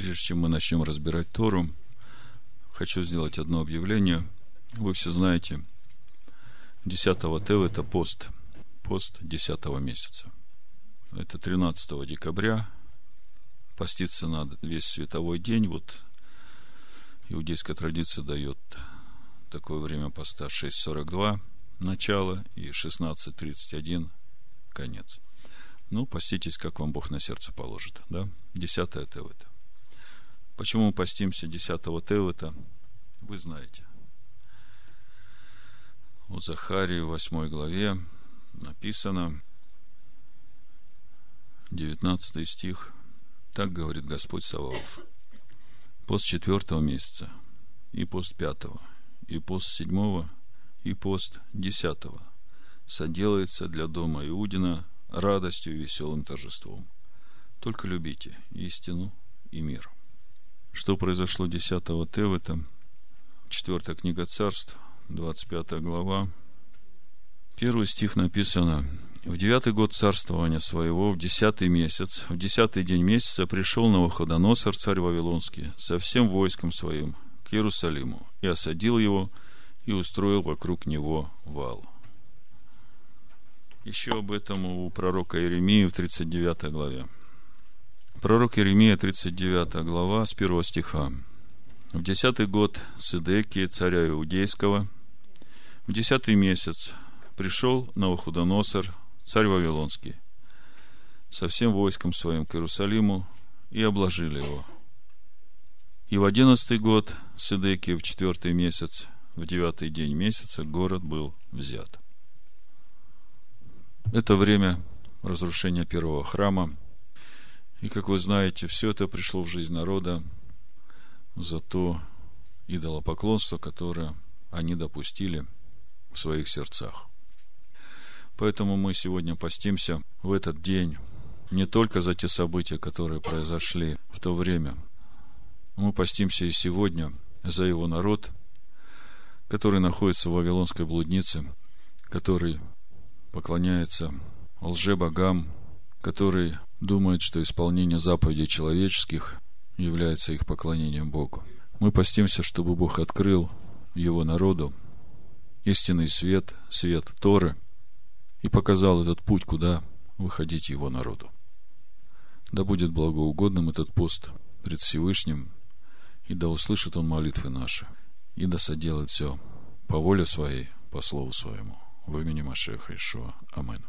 Прежде чем мы начнем разбирать Тору, хочу сделать одно объявление. Вы все знаете, 10-го Тев – это пост 10-го месяца. Это 13 декабря. Поститься надо весь световой день. Вот иудейская традиция дает такое время поста: 6:42 начало и 16:31 конец. Поститесь, как вам Бог на сердце положит, да? 10-е Тевета. Почему мы постимся 10-го Тевета, вы знаете. У Захарии в 8 главе написано, 19 стих, так говорит Господь Саваоф: пост 4-го месяца, и пост 5-го, и пост 7-го, и пост 10-го соделается для дома Иудина радостью и веселым торжеством. Только любите истину и мир. Что произошло 10-го Тевета? 4 книга Царств, 25 глава. 1 стих написано: в 9-й год царствования своего, в 10-й месяц, в 10-й день месяца пришел Навуходоносор, царь Вавилонский, со всем войском своим к Иерусалиму, и осадил его, и устроил вокруг него вал. Еще об этом у пророка Иеремии в 39 главе. Пророк Иеремия, 39 глава, с 1 стиха. В 10-й год Седекии, царя Иудейского, в 10-й месяц пришел Навуходоносор, царь Вавилонский, со всем войском своим к Иерусалиму, и обложили его. И в 11-й год Седекии, в 4-й месяц, в 9-й день месяца, город был взят. Это время разрушения первого храма. И, как вы знаете, все это пришло в жизнь народа за то идолопоклонство, которое они допустили в своих сердцах. Поэтому мы сегодня постимся в этот день не только за те события, которые произошли в то время. Мы постимся и сегодня за его народ, который находится в Вавилонской блуднице, который поклоняется лжебогам, который думает, что исполнение заповедей человеческих является их поклонением Богу. Мы постимся, чтобы Бог открыл его народу истинный свет, свет Торы, и показал этот путь, куда выходить его народу. Да будет благоугодным этот пост пред Всевышним, и да услышит он молитвы наши, и да соделает все по воле своей, по слову своему. В имени Машеха Иешуа. Амин.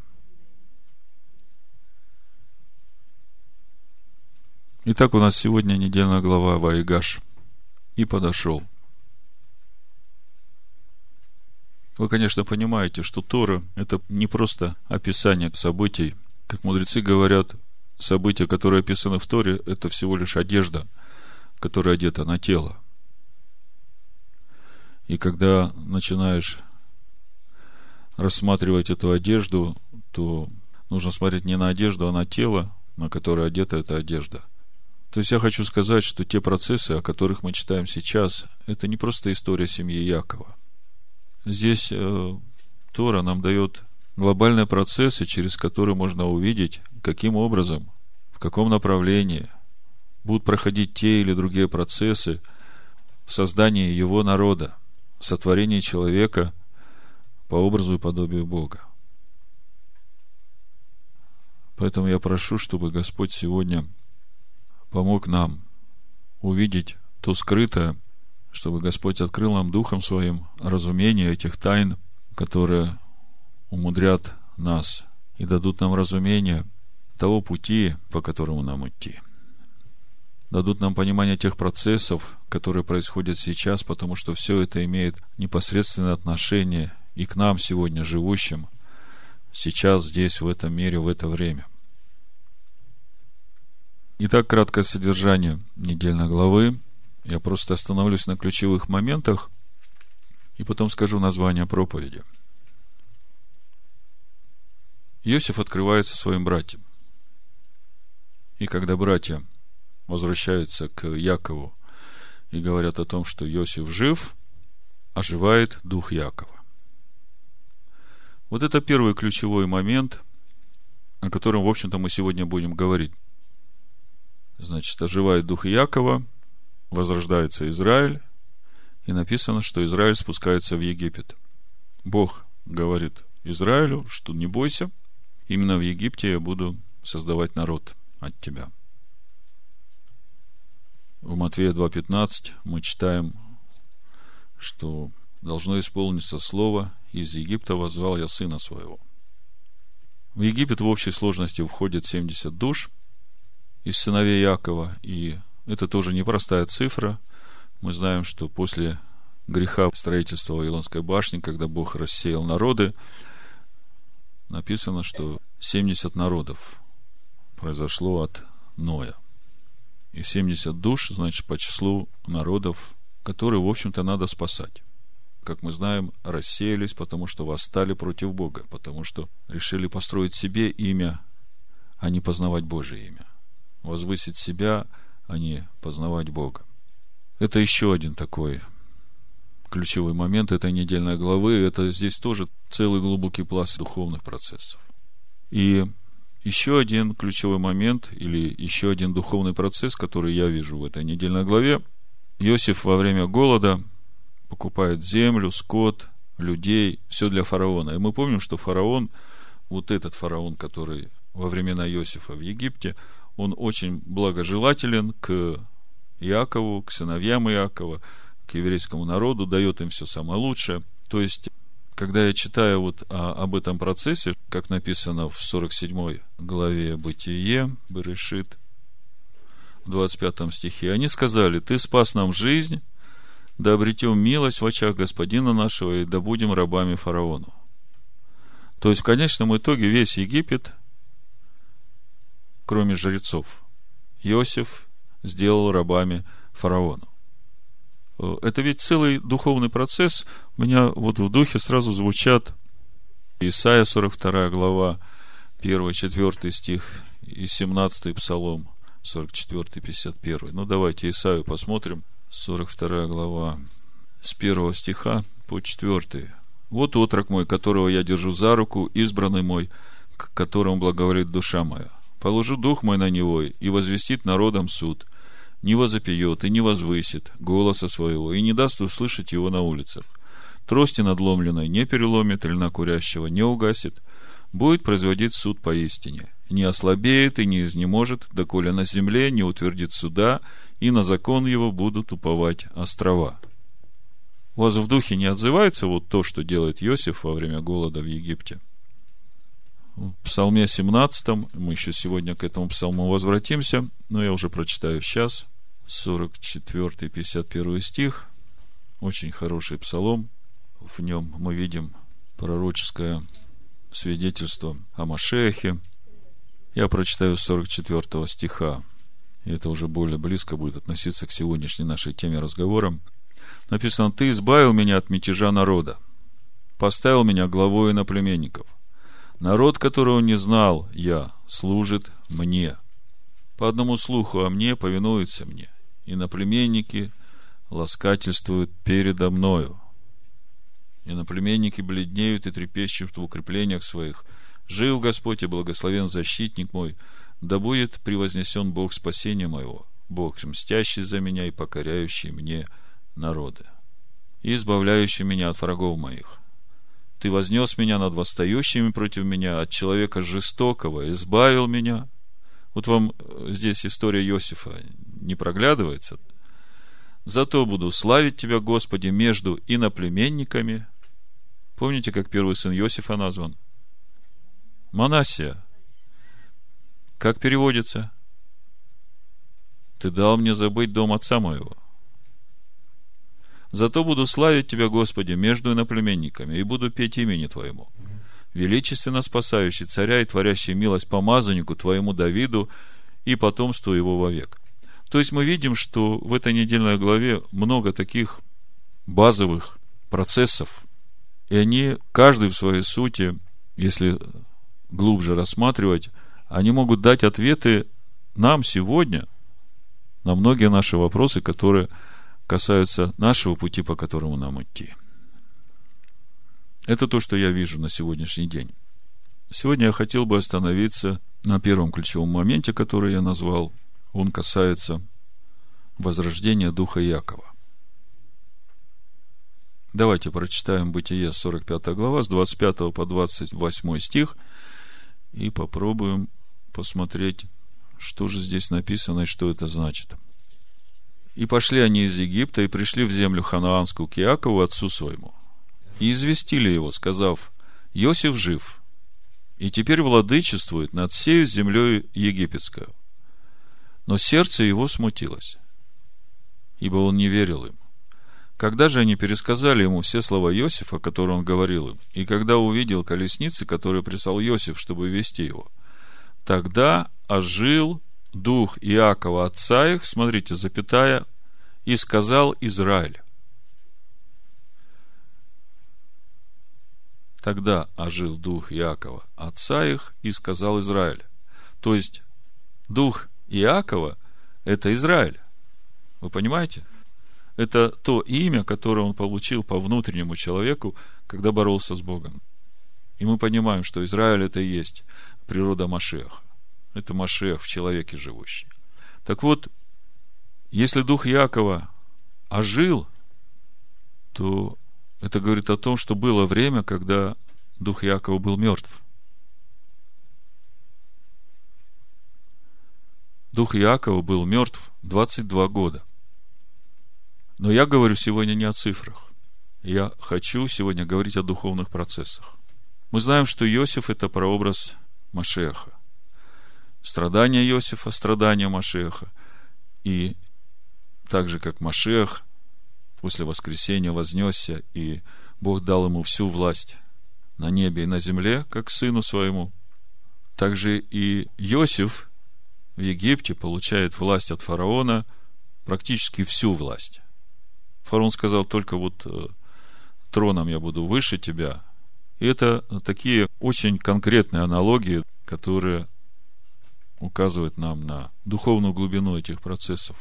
Итак, у нас сегодня недельная глава Ваигаш. И подошел. Вы, конечно, понимаете, что Тора – это не просто описание событий. Как мудрецы говорят, события, которые описаны в Торе, это всего лишь одежда, которая одета на тело. И когда начинаешь рассматривать эту одежду, то нужно смотреть не на одежду, а на тело, на которое одета эта одежда. То есть я хочу сказать, что те процессы, о которых мы читаем сейчас, это не просто история семьи Якова. Здесь Тора нам дает глобальные процессы, через которые можно увидеть, каким образом, в каком направлении будут проходить те или другие процессы в создании его народа, в сотворении человека по образу и подобию Бога. Поэтому я прошу, чтобы Господь сегодня помог нам увидеть то скрытое, чтобы Господь открыл нам Духом Своим разумение этих тайн, которые умудрят нас и дадут нам разумение того пути, по которому нам идти. Дадут нам понимание тех процессов, которые происходят сейчас, потому что все это имеет непосредственное отношение и к нам сегодня живущим, сейчас, здесь, в этом мире, в это время. Итак, краткое содержание недельной главы. Я просто остановлюсь на ключевых моментах и потом скажу название проповеди. Иосиф открывается своим братьям. И когда братья возвращаются к Якову и говорят о том, что Иосиф жив, оживает дух Якова. Вот это первый ключевой момент, о котором, в общем-то, мы сегодня будем говорить. Значит, оживает дух Иакова, возрождается Израиль, и написано, что Израиль спускается в Египет. Бог говорит Израилю, что не бойся, именно в Египте я буду создавать народ от тебя. В Матфея 2:15 мы читаем, что должно исполниться слово: из Египта воззвал я сына своего. В Египет в общей сложности входит 70 душ из сыновей Иакова, и это тоже непростая цифра. Мы знаем, что после греха строительства Вавилонской башни, когда Бог рассеял народы, написано, что 70 народов произошло от Ноя. И 70 душ, значит, по числу народов, которые, в общем-то, надо спасать. Как мы знаем, рассеялись, потому что восстали против Бога, потому что решили построить себе имя, а не познавать Божие имя. Возвысить себя, а не познавать Бога. Это еще один такой ключевой момент этой недельной главы. Это здесь тоже целый глубокий пласт духовных процессов. И еще один ключевой момент, или еще один духовный процесс, который я вижу в этой недельной главе. Иосиф во время голода покупает землю, скот, людей, все для фараона. И мы помним, что фараон, вот этот фараон, который во времена Иосифа в Египте, он очень благожелателен к Иакову, к сыновьям Иакова, к еврейскому народу, дает им все самое лучшее. То есть, когда я читаю вот об этом процессе, как написано в 47 главе Бытие, Берешит, в 25 стихе, они сказали: ты спас нам жизнь, да обретем милость в очах господина нашего, и да будем рабами фараону. То есть, в конечном итоге, весь Египет, кроме жрецов, Иосиф сделал рабами фараону. Это ведь целый духовный процесс. У меня вот в духе сразу звучат Исайя 42 глава, 1-4 стих и 17 псалом 44-51. Ну, давайте Исаию посмотрим. 42 глава, с 1 стиха по 4. Вот отрок мой, которого я держу за руку, избранный мой, к которому благоволит душа моя. Положу дух мой на него, и возвестит народам суд. Не возопьет и не возвысит голоса своего, и не даст услышать его на улицах. Трости надломленной не переломит, льна курящего не угасит. Будет производить суд поистине. Не ослабеет и не изнеможет, доколе на земле не утвердит суда, и на закон его будут уповать острова. У вас в духе не отзывается вот то, что делает Иосиф во время голода в Египте? В Псалме 17, мы еще сегодня к этому псалму возвратимся, но я уже прочитаю сейчас, 44-51 стих, очень хороший псалом. В нем мы видим пророческое свидетельство о Машиахе. Я прочитаю с 44 стиха, и это уже более близко будет относиться к сегодняшней нашей теме разговора. Написано: ты избавил меня от мятежа народа, поставил меня главой иноплеменников. Народ, которого не знал я, служит мне. По одному слуху о мне повинуются мне. Иноплеменники ласкательствуют передо мною. Иноплеменники бледнеют и трепещут в укреплениях своих. Жив Господь и благословен защитник мой, да будет превознесен Бог спасения моего, Бог мстящий за меня и покоряющий мне народы, и избавляющий меня от врагов моих. Ты вознес меня над восстающими против меня, от человека жестокого избавил меня. Вот вам здесь история Иосифа не проглядывается. Зато буду славить тебя, Господи, между иноплеменниками. Помните, как первый сын Иосифа назван? Манассия. Как переводится? Ты дал мне забыть дом отца моего. Зато буду славить тебя, Господи, между иноплеменниками, и буду петь имени Твоему. Величественно спасающий царя и творящий милость помазаннику Твоему Давиду и потомству его вовек. То есть мы видим, что в этой недельной главе много таких базовых процессов, и они, каждый в своей сути, если глубже рассматривать, они могут дать ответы нам сегодня на многие наши вопросы, которые касаются нашего пути, по которому нам идти. Это то, что я вижу на сегодняшний день. Сегодня я хотел бы остановиться на первом ключевом моменте, который я назвал он касается возрождения духа Иакова. Давайте прочитаем Бытие, 45 глава, с 25 по 28 стих, и попробуем посмотреть, что же здесь написано и что это значит. «И пошли они из Египта, и пришли в землю ханаанскую к Иакову, отцу своему, и известили его, сказав: Иосиф жив, и теперь владычествует над сею землею египетскую. Но сердце его смутилось, ибо он не верил им. Когда же они пересказали ему все слова Иосифа, которые он говорил им, и когда увидел колесницы, которые прислал Иосиф, чтобы вести его, тогда ожил дух Иакова, отца их, смотрите, запятая, и сказал Израиль». Тогда ожил дух Иакова, отца их, и сказал Израиль. То есть, дух Иакова – это Израиль. Вы понимаете? Это то имя, которое он получил по внутреннему человеку, когда боролся с Богом. И мы понимаем, что Израиль – это и есть природа Машиаха. Это Машиах в человеке живущий. Так вот, если дух Иакова ожил, то это говорит о том, что было время, когда дух Иакова был мертв. Дух Иакова был мертв 22 года. Но я говорю сегодня не о цифрах. Я хочу сегодня говорить о духовных процессах. Мы знаем, что Иосиф – это прообраз Машиаха. Страдания Иосифа – страдания Машиаха. И так же, как Машиах после воскресения вознесся, и Бог дал ему всю власть на небе и на земле, как сыну своему, так же и Иосиф в Египте получает власть от фараона, практически всю власть. Фараон сказал: только вот троном я буду выше тебя. И это такие очень конкретные аналогии, которые указывают нам на духовную глубину этих процессов.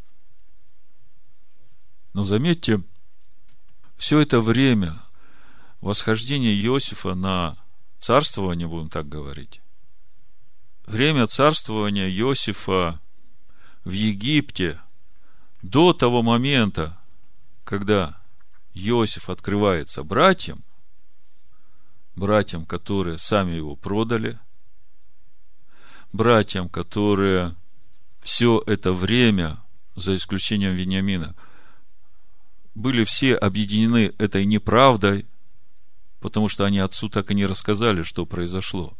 Но заметьте, все это время восхождения Иосифа на царствование, будем так говорить, время царствования Иосифа в Египте до того момента, когда Иосиф открывается братьям, которые сами его продали, братьям, которые все это время, за исключением Вениамина, были все объединены этой неправдой, потому что они отцу так и не рассказали, что произошло.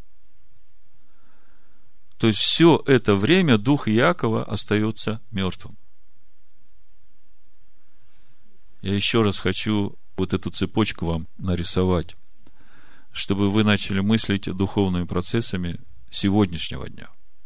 То есть все это время дух Иакова остается мертвым. Я еще раз хочу вот эту цепочку вам нарисовать, чтобы вы начали мыслить духовными процессами сегодняшнего дня.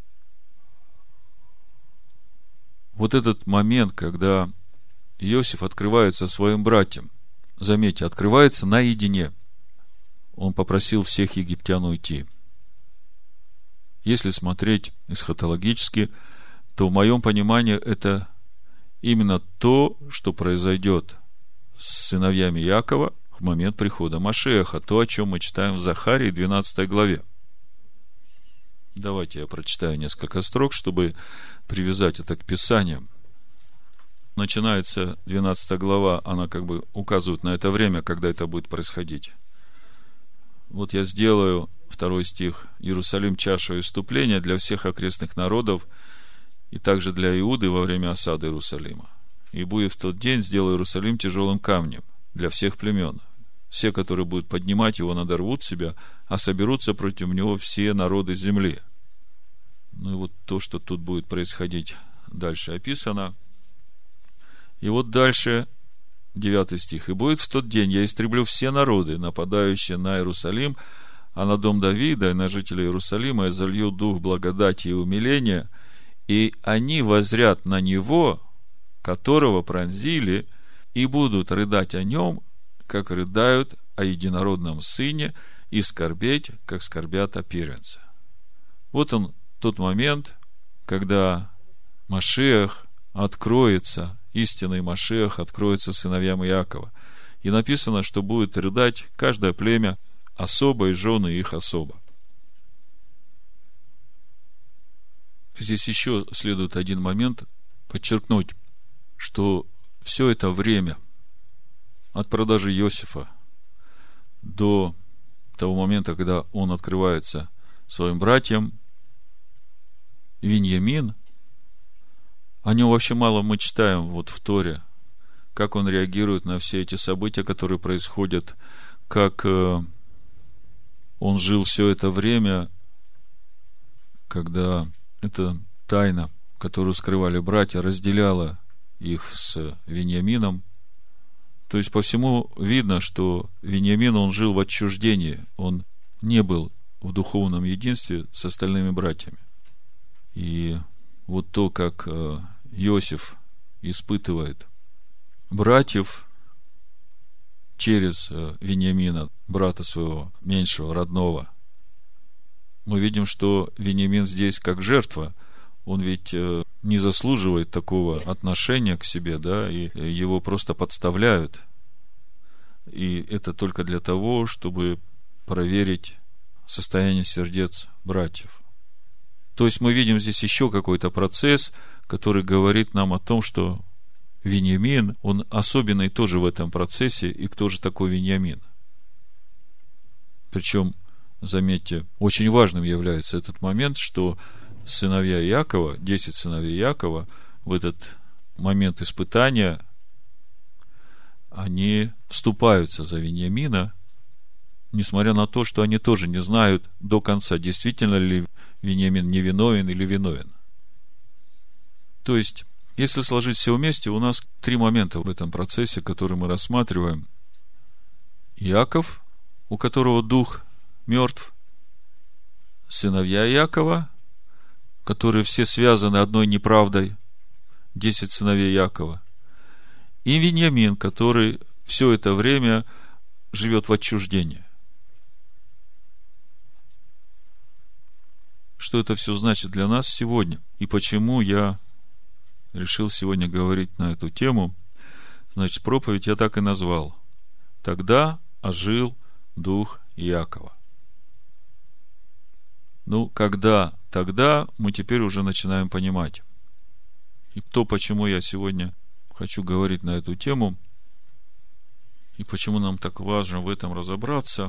Вот этот момент, когда Иосиф открывается своим братьям, заметьте, открывается наедине. Он попросил всех египтян уйти. Если смотреть эсхатологически, то в моем понимании это именно то, что произойдет с сыновьями Иакова в момент прихода Машиаха, то, о чем мы читаем в Захарии 12 главе. Давайте я прочитаю несколько строк, чтобы привязать это к Писаниям. Начинается 12 глава, она как бы указывает на это время, когда это будет происходить. Вот я сделаю, 2 стих, Иерусалим чашу исступления для всех окрестных народов, и также для Иуды во время осады Иерусалима. И будет в тот день сделаю Иерусалим тяжелым камнем для всех племен. Все, которые будут поднимать его, надорвут себя, а соберутся против него все народы земли. Ну и вот то, что тут будет происходить, дальше описано. И вот дальше 9 стих. «И будет в тот день, я истреблю все народы, нападающие на Иерусалим, а на дом Давида и на жителей Иерусалима я залью дух благодати и умиления, и они воззрят на него, которого пронзили, и будут рыдать о нем, как рыдают о единородном сыне, и скорбеть, как скорбят о первенце». Вот он, тот момент, когда Машиах откроется, истинный Машиах откроется сыновьям Иакова. И написано, что будет рыдать каждое племя особо и жены их особо. здесь еще следует один момент подчеркнуть, что все это время от продажи Иосифа до того момента, когда он открывается своим братьям, Виньямин, о нем вообще мало мы читаем вот в Торе, как он реагирует на все эти события, которые происходят, как он жил все это время, когда эта тайна, которую скрывали братья, разделяла их с Виньямином. То есть по всему видно, что Виньямин, он жил в отчуждении, он не был в духовном единстве с остальными братьями. И вот то, как Иосиф испытывает братьев через Виньямина, брата своего меньшего, родного, мы видим, что Виньямин здесь как жертва. Он ведь не заслуживает такого отношения к себе, да, и его просто подставляют. И это только для того, чтобы проверить состояние сердец братьев. То есть мы видим здесь еще какой-то процесс, который говорит нам о том, что Виньямин, он особенный тоже в этом процессе. И кто же такой Виньямин? Причем, заметьте, очень важным является этот момент, что сыновья Иакова, 10 сыновей Иакова, в этот момент испытания, они вступаются за Виньямина, несмотря на то, что они тоже не знают до конца, действительно ли Виньямин невиновен или виновен. То есть, если сложить все вместе, у нас 3 момента в этом процессе, которые мы рассматриваем. Иаков, у которого дух мертв, сыновья Иакова, которые все связаны одной неправдой, 10 сыновей Иакова, и Виньямин, который все это время живет в отчуждении. Что это все значит для нас сегодня? И почему я решил сегодня говорить на эту тему? Значит, проповедь я так и назвал. Тогда ожил дух Иакова. Когда тогда, мы теперь уже начинаем понимать. И почему я сегодня хочу говорить на эту тему, и почему нам так важно в этом разобраться.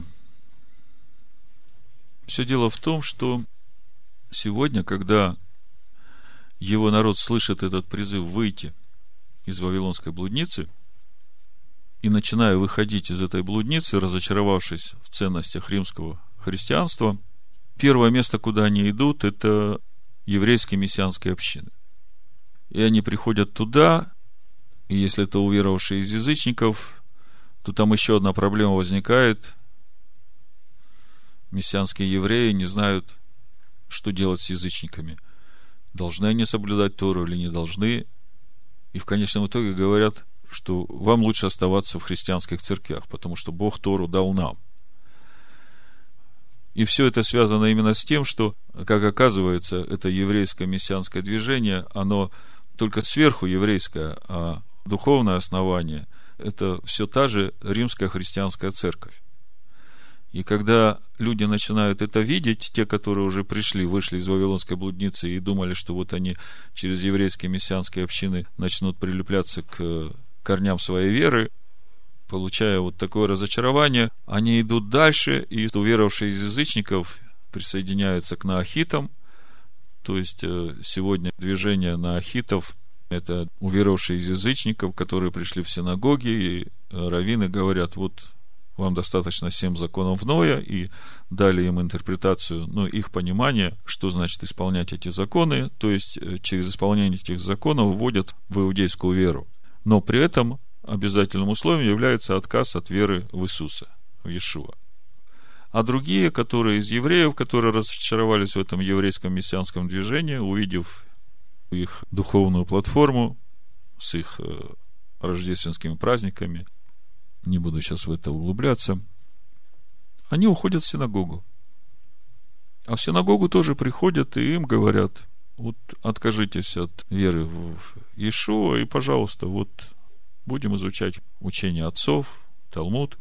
Все дело в том, что сегодня, когда его народ слышит этот призыв выйти из Вавилонской блудницы, и начиная выходить из этой блудницы, разочаровавшись в ценностях римского христианства, первое место, куда они идут, это еврейские мессианские общины. И они приходят туда, и если это уверовавшие из язычников, то там еще одна проблема возникает. Мессианские евреи не знают, что делать с язычниками. Должны они соблюдать Тору или не должны. И в конечном итоге говорят, что вам лучше оставаться в христианских церквях, потому что Бог Тору дал нам. И все это связано именно с тем, что, как оказывается, это еврейское мессианское движение, оно только сверху еврейское, а духовное основание – это все та же римская христианская церковь. И когда люди начинают это видеть, те, которые уже вышли из Вавилонской блудницы и думали, что вот они через еврейские мессианские общины начнут прилепляться к корням своей веры, получая вот такое разочарование, они идут дальше, и уверовавшие из язычников присоединяются к наахитам. То есть сегодня движение наахитов – это уверовавшие из язычников, которые пришли в синагоги, и раввины говорят, вот вам достаточно 7 законов Ноя, и дали им интерпретацию, их понимание, что значит исполнять эти законы, то есть через исполнение этих законов вводят в иудейскую веру. Но при этом обязательным условием является отказ от веры в Иисуса, в Иешуа. А другие, которые из евреев, которые разочаровались в этом еврейском мессианском движении, увидев их духовную платформу с их рождественскими праздниками, не буду сейчас в это углубляться, они уходят в синагогу. А в синагогу тоже приходят, и им говорят, вот откажитесь от веры в Иешуа, и, пожалуйста, вот будем изучать учение отцов, Талмуд.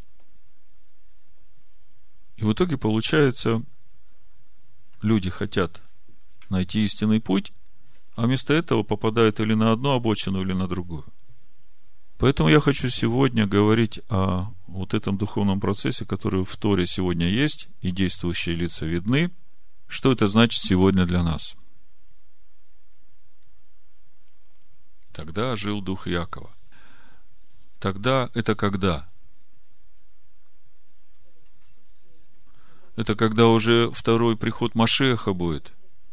И в итоге получается, люди хотят найти истинный путь, а вместо этого попадают или на одну обочину, или на другую. Поэтому я хочу сегодня говорить о вот этом духовном процессе, который в Торе сегодня есть, и действующие лица видны. Что это значит сегодня для нас? Тогда жил дух Иакова. Тогда это когда? Это когда уже второй приход Машиаха будет.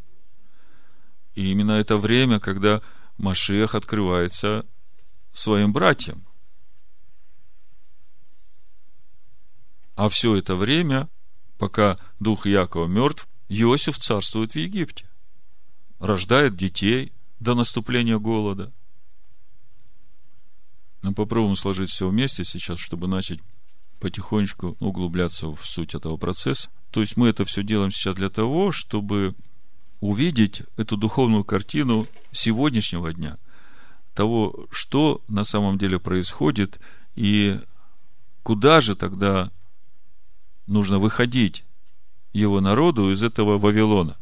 И именно это время, когда Машиах открывается своим братьям. А все это время, пока дух Иакова мертв, Иосиф царствует в Египте. Рождает детей до наступления голода. Но попробуем сложить все вместе сейчас, чтобы начать потихонечку углубляться в суть этого процесса. То есть мы это все делаем сейчас для того, чтобы увидеть эту духовную картину сегодняшнего дня, того, что на самом деле происходит, и куда же тогда нужно выходить его народу из этого Вавилона.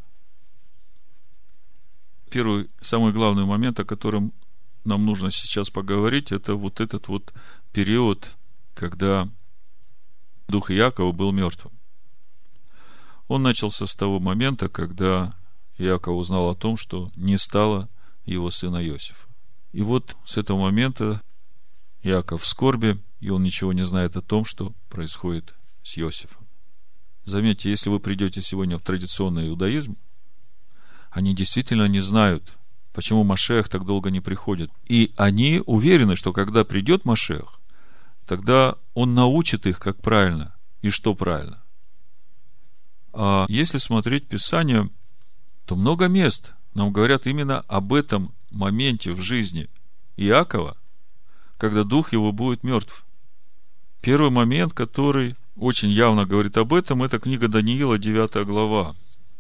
Первый, самый главный момент, о котором нам нужно сейчас поговорить, это вот этот вот период, когда дух Иакова был мертвым. Он начался с того момента, когда Иаков узнал о том, что не стало его сына Иосифа. И вот с этого момента Иаков в скорби, и он ничего не знает о том, что происходит с Иосифом. Заметьте, если вы придете сегодня в традиционный иудаизм, они действительно не знают, почему Машиах так долго не приходит. И они уверены, что когда придет Машиах, тогда он научит их, как правильно и что правильно. А если смотреть Писание, то много мест нам говорят именно об этом моменте в жизни Иакова, когда дух его будет мертв. Первый момент, который очень явно говорит об этом, это книга Даниила, 9 глава,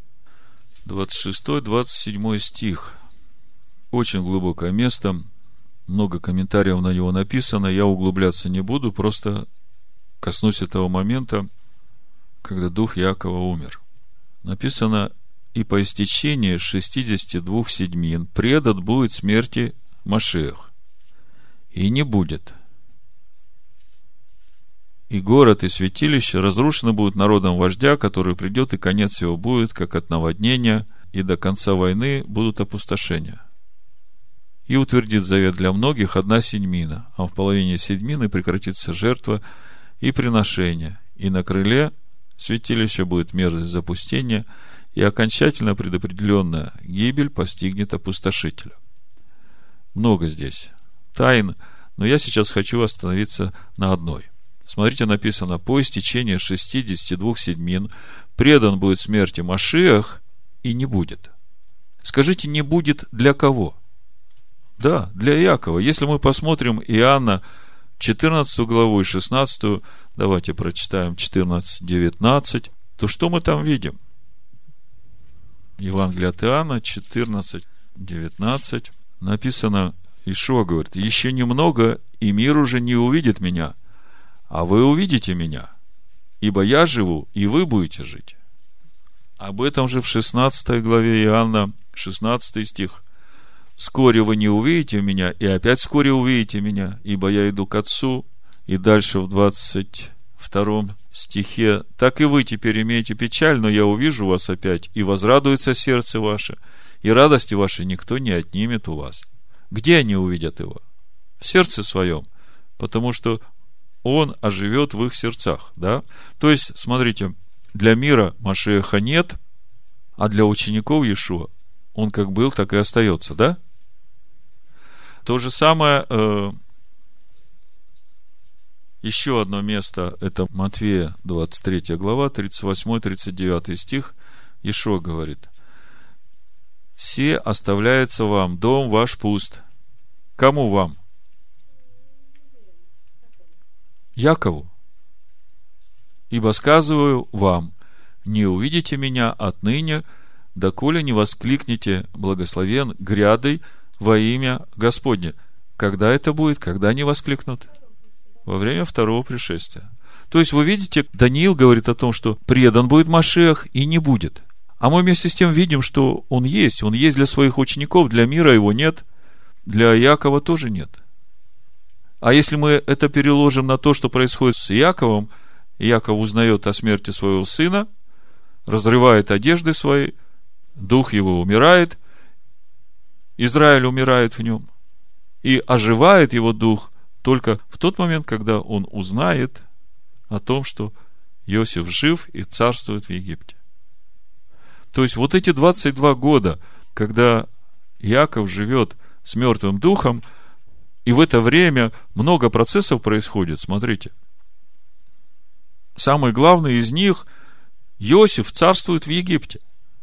26-27 стих. Очень глубокое место, много комментариев на него написано, я углубляться не буду, просто коснусь этого момента, когда дух Иакова умер. Написано: «И по истечении 62 седьмин предан будет смерти Машиах, и не будет. И город, и святилище разрушены будут народом вождя, который придет, и конец его будет, как от наводнения, и до конца войны будут опустошения. И утвердит завет для многих 1 седьмина, а в половине седьмины прекратится жертва и приношение, и на крыле святилища будет мерзость запустения, и окончательно предопределенная гибель постигнет опустошителя». Много здесь тайн, но я сейчас хочу остановиться на одной. Смотрите, написано: по истечении 62 седьмин предан будет смерти Машиах, и не будет. Скажите, не будет для кого? Да, для Иакова. Если мы посмотрим Иоанна 14 главу и 16, давайте прочитаем 14-19, то что мы там видим? Евангелие от Иоанна 14-19 написано, Иешуа говорит: еще немного, и мир уже не увидит меня, а вы увидите меня, ибо я живу, и вы будете жить. Об этом же в 16 главе Иоанна, 16 стих: «Вскоре вы не увидите меня, и опять вскоре увидите меня, ибо я иду к Отцу». И дальше в 22 стихе: «Так и вы теперь имеете печаль, но я увижу вас опять, и возрадуется сердце ваше, и радости вашей никто не отнимет у вас». Где они увидят его? В сердце своем, потому что он оживет в их сердцах, да? То есть, смотрите, для мира Машиаха нет, а для учеников Иешуа он как был, так и остается, да? То же самое, еще одно место, это Матфея 23 глава, 38-39 стих. Иешуа говорит: «Се оставляется вам, дом ваш пуст». Кому вам? Якову. «Ибо сказываю вам, не увидите меня отныне, доколе не воскликнете: благословен грядой во имя Господне». Когда это будет? Когда они воскликнут? Во время второго пришествия. То есть, вы видите, Даниил говорит о том, что предан будет Машиах и не будет. А мы вместе с тем видим, что он есть для своих учеников, для мира его нет, для Иакова тоже нет. А если мы это переложим на то, что происходит с Иаковом, Иаков узнает о смерти своего сына, разрывает одежды свои, дух его умирает, Израиль умирает в нем, и оживает его дух только в тот момент, когда он узнает о том, что Иосиф жив и царствует в Египте. То есть вот эти 22 года, когда Иаков живет с мертвым духом, и в это время много процессов происходит. Смотрите. Самый главный из них – Иосиф царствует в Египте.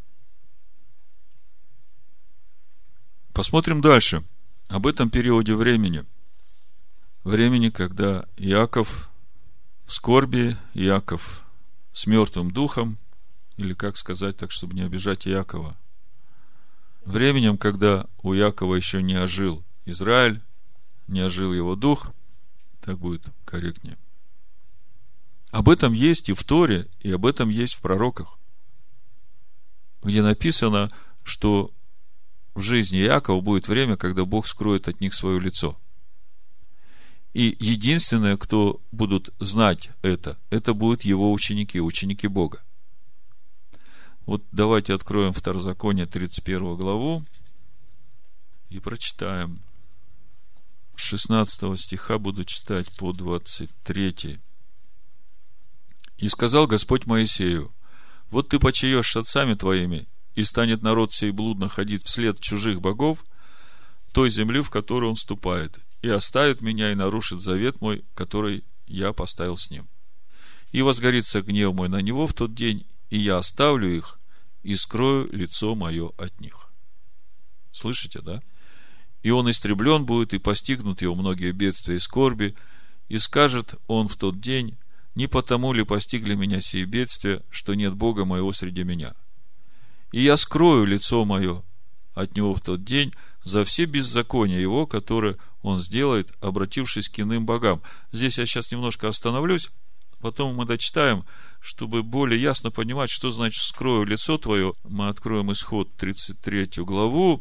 Посмотрим дальше об этом периоде времени. Времени, когда Иаков в скорби, Иаков с мертвым духом, или как сказать так, чтобы не обижать Иакова. Временем, когда у Иакова еще не ожил Израиль, не ожил его дух, так будет корректнее. Об этом есть и в Торе, и об этом есть в пророках, где написано, что в жизни Иакова будет время, когда Бог скроет от них свое лицо. И единственное, кто будут знать это будут его ученики, ученики Бога. Вот давайте откроем Второзаконие, 31 главу, и прочитаем. С 16 стиха буду читать по 23. «И сказал Господь Моисею: вот ты почиешь с отцами твоими, и станет народ сей блудно ходить вслед чужих богов той земли, в которую он ступает, и оставит меня, и нарушит завет мой, который я поставил с ним. И возгорится гнев мой на него в тот день, и я оставлю их, и скрою лицо мое от них». Слышите, да? «И он истреблен будет, и постигнут его многие бедствия и скорби, и скажет он в тот день: не потому ли постигли меня сии бедствия, что нет Бога моего среди меня? И я скрою лицо мое от него в тот день за все беззакония его, которые он сделает, обратившись к иным богам». Здесь я сейчас немножко остановлюсь, потом мы дочитаем, чтобы более ясно понимать, что значит «скрою лицо твое». Мы откроем Исход 33 главу.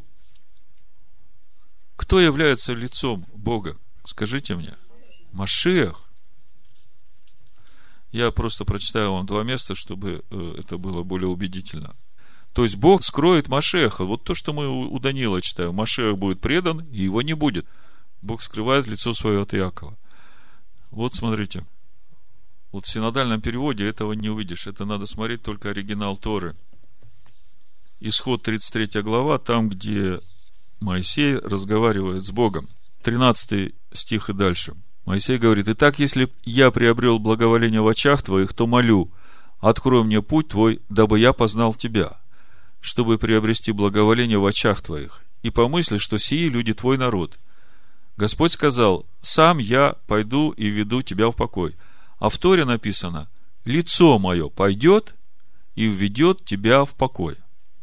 Кто является лицом Бога? Скажите мне. Машиах. Я просто прочитаю вам два места, чтобы это было более убедительно. То есть Бог скроет Машиаха. Вот то, что мы у Даниила читаем. Машиах будет предан, и его не будет. Бог скрывает лицо свое от Иакова. Вот смотрите. Вот в синодальном переводе этого не увидишь. Это надо смотреть только оригинал Торы. Исход 33 глава, там, где Моисей разговаривает с Богом. 13 стих и дальше. Моисей говорит: «Итак, если я приобрел благоволение в очах твоих, то молю, открой мне путь твой, дабы я познал тебя, чтобы приобрести благоволение в очах твоих, и помысли, что сии люди твой народ. Господь сказал: сам я пойду и веду тебя в покой». А в Торе написано: лицо мое пойдет и введет тебя в покой.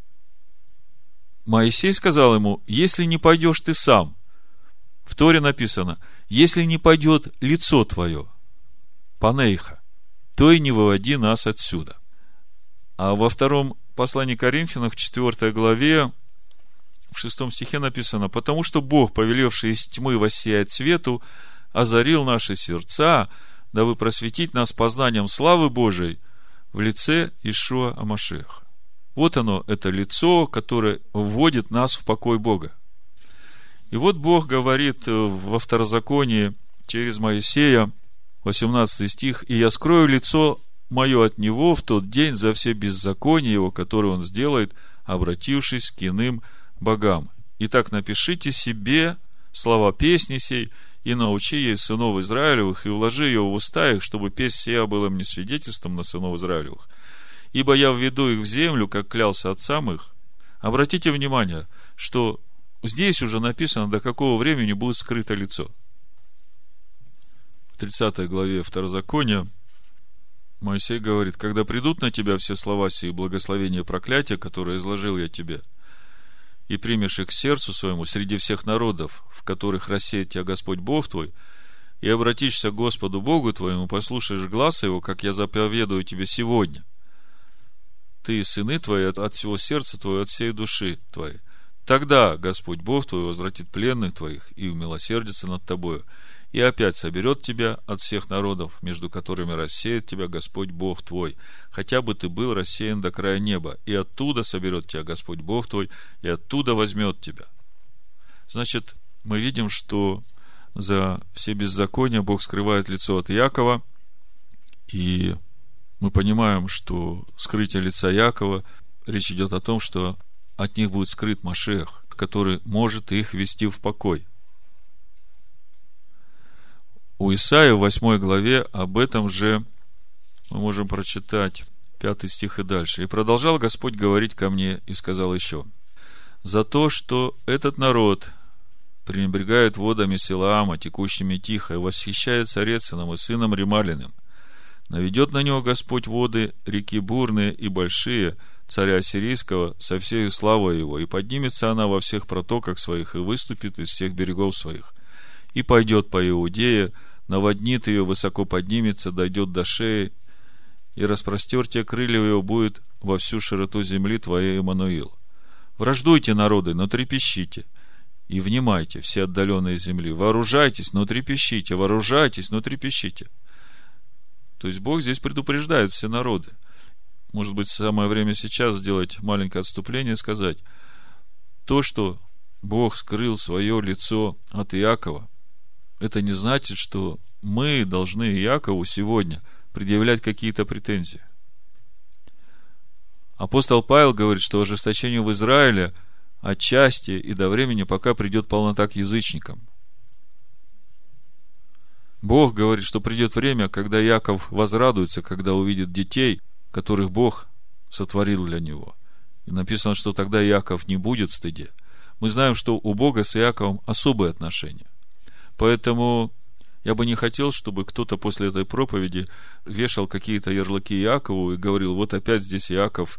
Моисей сказал ему: если не пойдешь ты сам. В Торе написано: если не пойдет лицо твое, панейха, то и не выводи нас отсюда. А во втором послании к Коринфянам, в 4 главе, в 6 стихе написано: потому что Бог, повелевший из тьмы воссиять свету, озарил наши сердца, дабы просветить нас познанием славы Божией в лице Иешуа ха-Машиаха. Вот оно, это лицо, которое вводит нас в покой Бога. И вот Бог говорит во Второзаконии через Моисея, 18 стих: «И я скрою лицо мое от него в тот день за все беззакония его, которые он сделает, обратившись к иным богам. Итак, напишите себе слова песни сей, и научи ей сынов Израилевых, и вложи ее в уста их, чтобы песнь сия была мне свидетельством на сынов Израилевых. Ибо я введу их в землю, как клялся отцам их». Обратите внимание, что здесь уже написано, до какого времени будет скрыто лицо. В 30 главе Второзакония Моисей говорит: когда придут на тебя все слова сии, благословения и проклятия, которые изложил я тебе, и примешь их к сердцу своему среди всех народов, в которых рассеет тебя Господь Бог твой, и обратишься к Господу Богу твоему, послушаешь гласа его, как я заповедую тебе сегодня, ты и сыны твои от всего сердца твоего, от всей души твоей. Тогда Господь Бог твой возвратит пленных твоих и умилосердится над тобою, и опять соберет тебя от всех народов, между которыми рассеет тебя Господь Бог твой, хотя бы ты был рассеян до края неба, и оттуда соберет тебя Господь Бог твой, и оттуда возьмет тебя. Значит, мы видим, что за все беззакония Бог скрывает лицо от Иакова, и мы понимаем, что скрытие лица Иакова, речь идет о том, что от них будет скрыт Машиах, который может их ввести в покой. У Исаии в 8 главе об этом же мы можем прочитать 5 стих и дальше. «И продолжал Господь говорить ко мне, и сказал еще: за то, что этот народ пренебрегает водами Силаама, текущими тихо, и восхищается Реценом и сыном Ремалиным, наведет на него Господь воды реки бурные и большие, царя Ассирийского, со всей славой его, и поднимется она во всех протоках своих, и выступит из всех берегов своих, и пойдет по Иудее, наводнит ее, высоко поднимется, дойдет до шеи, и распростертие крыльев его будет во всю широту земли твоей, Иммануил. Враждуйте, народы, но трепещите, и внимайте, все отдаленные земли. Вооружайтесь, но трепещите, вооружайтесь, но трепещите». То есть Бог здесь предупреждает все народы. Может быть, самое время сейчас сделать маленькое отступление и сказать: то, что Бог скрыл свое лицо от Иакова, это не значит, что мы должны Иакову сегодня предъявлять какие-то претензии. Апостол Павел говорит, что ожесточение в Израиле отчасти и до времени, пока придет полнота к язычникам. Бог говорит, что придет время, когда Иаков возрадуется, когда увидит детей, которых Бог сотворил для него. И написано, что тогда Иаков не будет в стыде. Мы знаем, что у Бога с Иаковом особые отношения. Поэтому я бы не хотел, чтобы кто-то после этой проповеди вешал какие-то ярлыки Иакову и говорил: вот опять здесь Иаков,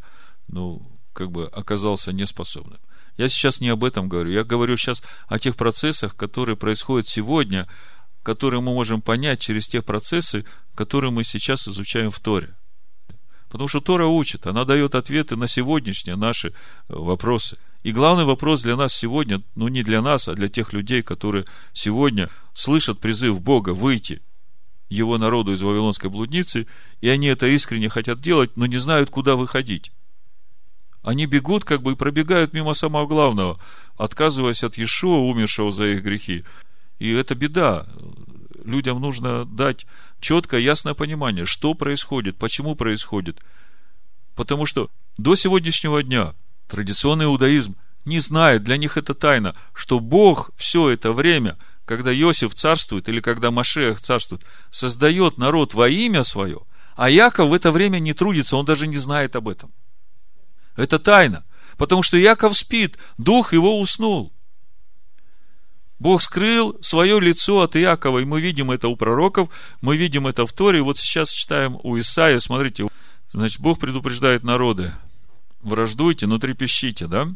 оказался неспособным. Я сейчас не об этом говорю. Я говорю сейчас о тех процессах, которые происходят сегодня, которые мы можем понять через те процессы, которые мы сейчас изучаем в Торе. Потому что Тора учит, она дает ответы на сегодняшние наши вопросы. И главный вопрос для нас сегодня, не для нас, а для тех людей, которые сегодня слышат призыв Бога выйти его народу из вавилонской блудницы, и они это искренне хотят делать, но не знают, куда выходить. Они бегут и пробегают мимо самого главного, отказываясь от Иешуа, умершего за их грехи. И это беда. Людям нужно дать четкое, ясное понимание, что происходит, почему происходит. Потому что до сегодняшнего дня традиционный иудаизм не знает, для них это тайна, что Бог все это время, когда Иосиф царствует или когда Машиах царствует, создает народ во имя свое, а Иаков в это время не трудится, он даже не знает об этом. Это тайна, потому что Иаков спит, дух его уснул. Бог скрыл свое лицо от Иакова, и мы видим это у пророков, мы видим это в Торе. Вот сейчас читаем у Исаии, смотрите, значит, Бог предупреждает народы: враждуйте, но трепещите, да?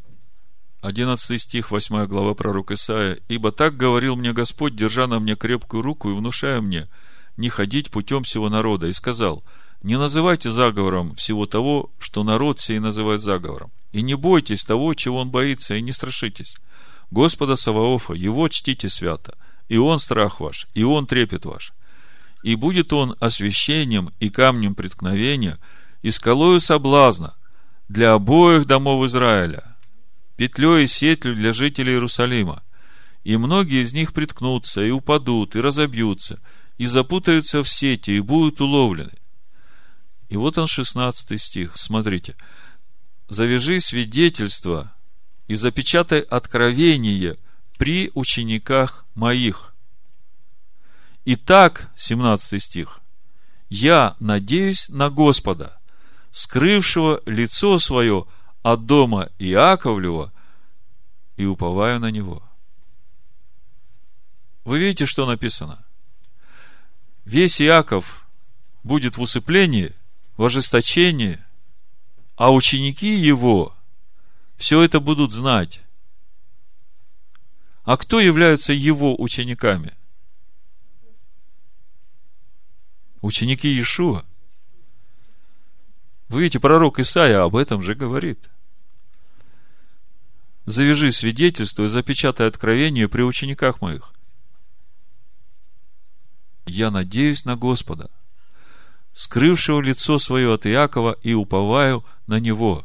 11 стих, 8 глава, пророк Исаия: «Ибо так говорил мне Господь, держа на мне крепкую руку и внушая мне не ходить путем всего народа, и сказал: не называйте заговором всего того, что народ сей называет заговором, и не бойтесь того, чего он боится, и не страшитесь. Господа Саваофа, его чтите свято, и он страх ваш, и он трепет ваш. И будет он освящением и камнем преткновения, и скалою соблазна для обоих домов Израиля, петлей и сетью для жителей Иерусалима. И многие из них приткнутся, и упадут, и разобьются, и запутаются в сети, и будут уловлены». И вот он, 16 стих, смотрите: «Завяжи свидетельство и запечатай откровение при учениках моих. Итак», 17 стих, «я надеюсь на Господа, скрывшего лицо свое от дома Иаковлева, и уповаю на него». Вы видите, что написано? Весь Иаков будет в усыплении, в ожесточении, а ученики его все это будут знать. А кто являются его учениками? Ученики Иешуа. Вы видите, пророк Исаия об этом же говорит. Завяжи свидетельство и запечатай откровение при учениках моих. Я надеюсь на Господа, скрывшего лицо свое от Иакова, и уповаю на Него.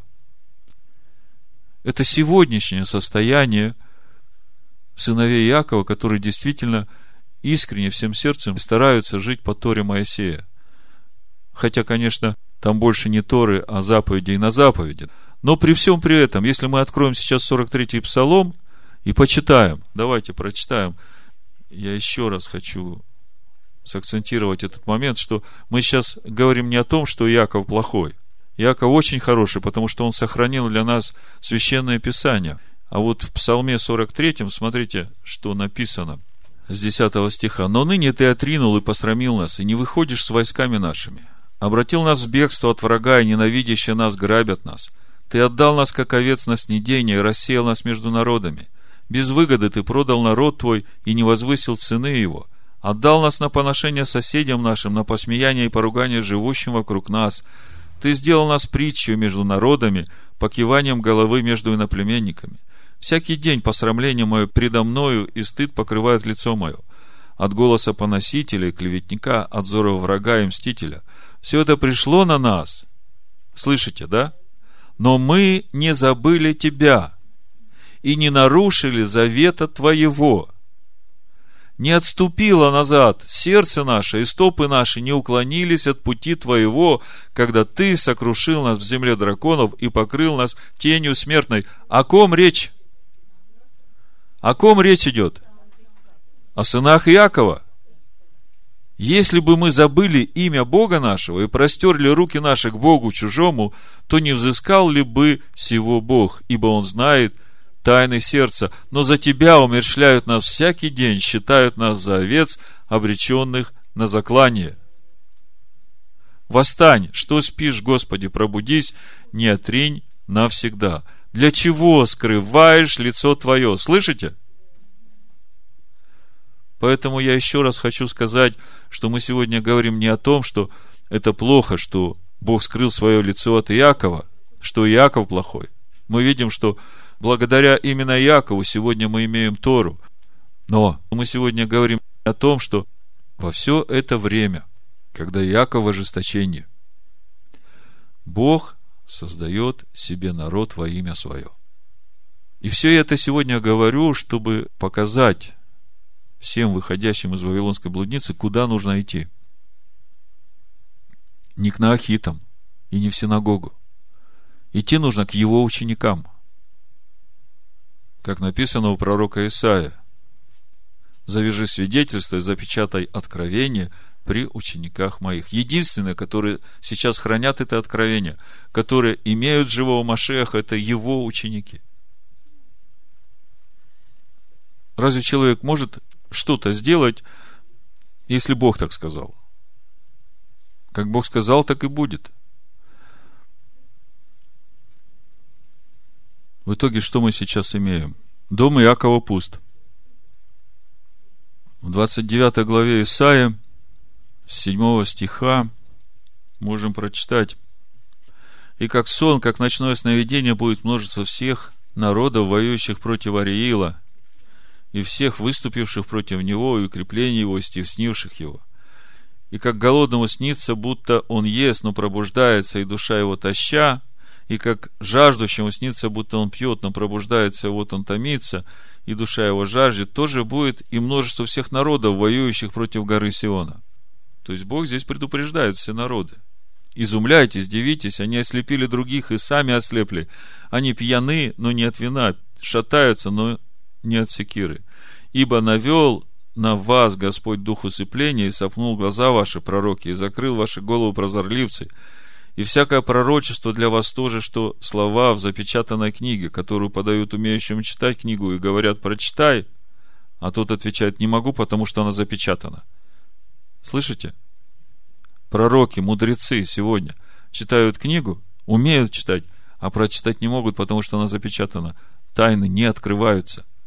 Это сегодняшнее состояние сыновей Иакова, которые действительно искренне всем сердцем стараются жить по Торе Моисея. Хотя, конечно, там больше не Торы, а заповедей на заповеди. Но при всем при этом, если мы откроем сейчас 43-й Псалом и почитаем, давайте прочитаем, я еще раз хочу сакцентировать этот момент, что мы сейчас говорим не о том, что Иаков плохой. Иаков очень хороший, потому что он сохранил для нас Священное Писание. А вот в Псалме 43, смотрите, что написано с 10 стиха. «Но ныне ты отринул и посрамил нас, и не выходишь с войсками нашими. Обратил нас в бегство от врага, и ненавидящие нас грабят нас. Ты отдал нас, как овец, на снедение, и рассеял нас между народами. Без выгоды ты продал народ твой и не возвысил цены его. Отдал нас на поношение соседям нашим, на посмеяние и поругание живущим вокруг нас. Ты сделал нас притчей между народами, покиванием головы между иноплеменниками. Всякий день посрамление мое предо мною, и стыд покрывает лицо мое. От голоса поносителя и клеветника, от зора врага и мстителя. Все это пришло на нас». Слышите, да? «Но мы не забыли тебя и не нарушили завета твоего. Не отступило назад сердце наше, и стопы наши не уклонились от пути твоего, когда ты сокрушил нас в земле драконов и покрыл нас тенью смертной». О ком речь? О ком речь идет? О сынах Иакова. Если бы мы забыли имя Бога нашего и простерли руки наши к Богу чужому, то не взыскал ли бы сего Бог, ибо Он знает тайны сердца. Но за тебя умерщвляют нас всякий день, считают нас за овец, обреченных на заклание. Восстань, что спишь, Господи, пробудись, не отринь навсегда. Для чего скрываешь лицо твое? Слышите? Поэтому я еще раз хочу сказать, что мы сегодня говорим не о том, что это плохо, что Бог скрыл свое лицо от Иакова, что Иаков плохой. Мы видим, что благодаря именно Иакову сегодня мы имеем Тору. Но мы сегодня говорим о том, что во все это время, когда Иаков в ожесточении, Бог создает себе народ во имя свое. И все это сегодня говорю, чтобы показать всем выходящим из Вавилонской блудницы, куда нужно идти. Не к наахитам и не в синагогу. Идти нужно к его ученикам. Как написано у пророка Исаия: «Завяжи свидетельство и запечатай откровение при учениках моих». Единственные, которые сейчас хранят это откровение, которые имеют живого Машиаха, это его ученики. Разве человек может что-то сделать, если Бог так сказал? Как Бог сказал, так и будет. В итоге, что мы сейчас имеем? Дом Иакова пуст. В 29 главе Исаия, с 7 стиха, можем прочитать: «И как сон, как ночное сновидение будет множиться всех народов, воюющих против Ариила, и всех выступивших против него, и укреплений его, и стеснивших его. И как голодному снится, будто он ест, но пробуждается, и душа его тоща, и как жаждущему снится, будто он пьет, но пробуждается, и вот он томится, и душа его жаждет, тоже будет и множество всех народов, воюющих против горы Сиона». То есть Бог здесь предупреждает все народы. Изумляйтесь, дивитесь, они ослепили других и сами ослепли. Они пьяны, но не от вина, шатаются, но не от секиры. Ибо навел на вас Господь дух усыпления, и сопнул глаза ваши, пророки, и закрыл ваши головы, прозорливцы. И всякое пророчество для вас тоже, что слова в запечатанной книге, которую подают умеющим читать книгу, и говорят: прочитай, а тот отвечает: не могу, потому что она запечатана. Слышите? Пророки, мудрецы сегодня читают книгу, умеют читать, а прочитать не могут, потому что она запечатана. Тайны не открываются.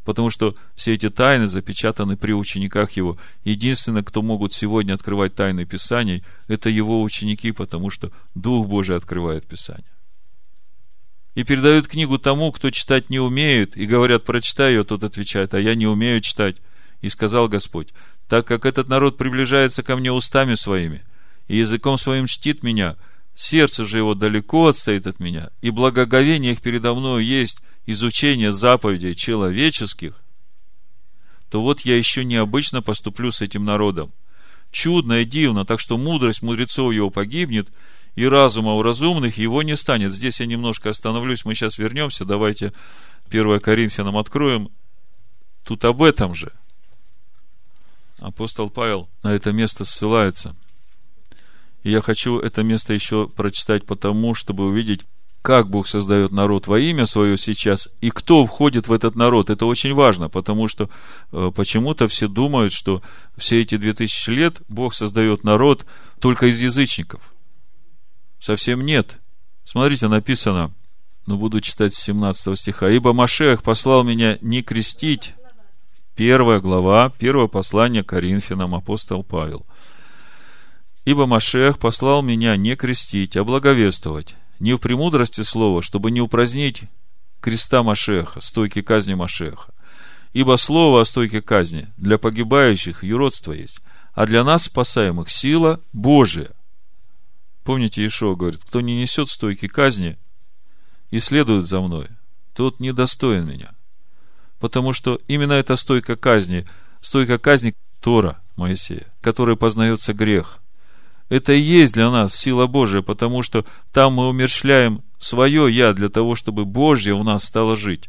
Потому что все эти тайны запечатаны при учениках его. Единственное, кто могут сегодня открывать тайны Писаний, это его ученики, потому что Дух Божий открывает Писание. И передают книгу тому, кто читать не умеет, и говорят: прочитай ее. Тот отвечает: а я не умею читать. И сказал Господь: так как этот народ приближается ко мне устами своими, и языком своим чтит меня, сердце же его далеко отстоит от меня, и благоговение их передо мною есть изучение заповедей человеческих, то вот я еще необычно поступлю с этим народом. Чудно и дивно, так что мудрость мудрецов его погибнет, и разума у разумных его не станет. Здесь я немножко остановлюсь, мы сейчас вернемся. Давайте 1 Коринфянам откроем. Тут об этом же апостол Павел на это место ссылается. И я хочу это место еще прочитать потому, чтобы увидеть, как Бог создает народ во имя свое сейчас, и кто входит в этот народ. Это очень важно, потому что почему-то все думают, что все эти 2000 лет Бог создает народ только из язычников. Совсем нет. Смотрите, написано, буду читать с 17 стиха. «Ибо Машиах послал меня не крестить». 1 глава, 1 послание Коринфянам, апостол Павел. «Ибо Машиах послал меня не крестить, а благовествовать, не в премудрости слова, чтобы не упразднить креста Машиаха, стойки казни Машиаха. Ибо слово о стойке казни для погибающих юродство есть, а для нас, спасаемых, сила Божия». Помните, Иешуа говорит: кто не несет стойки казни и следует за мной, тот недостоин меня. Потому что именно эта стойка казни Тора Моисея, которой познается грех. Это и есть для нас сила Божия, потому что там мы умерщвляем свое «я» для того, чтобы Божье в нас стало жить.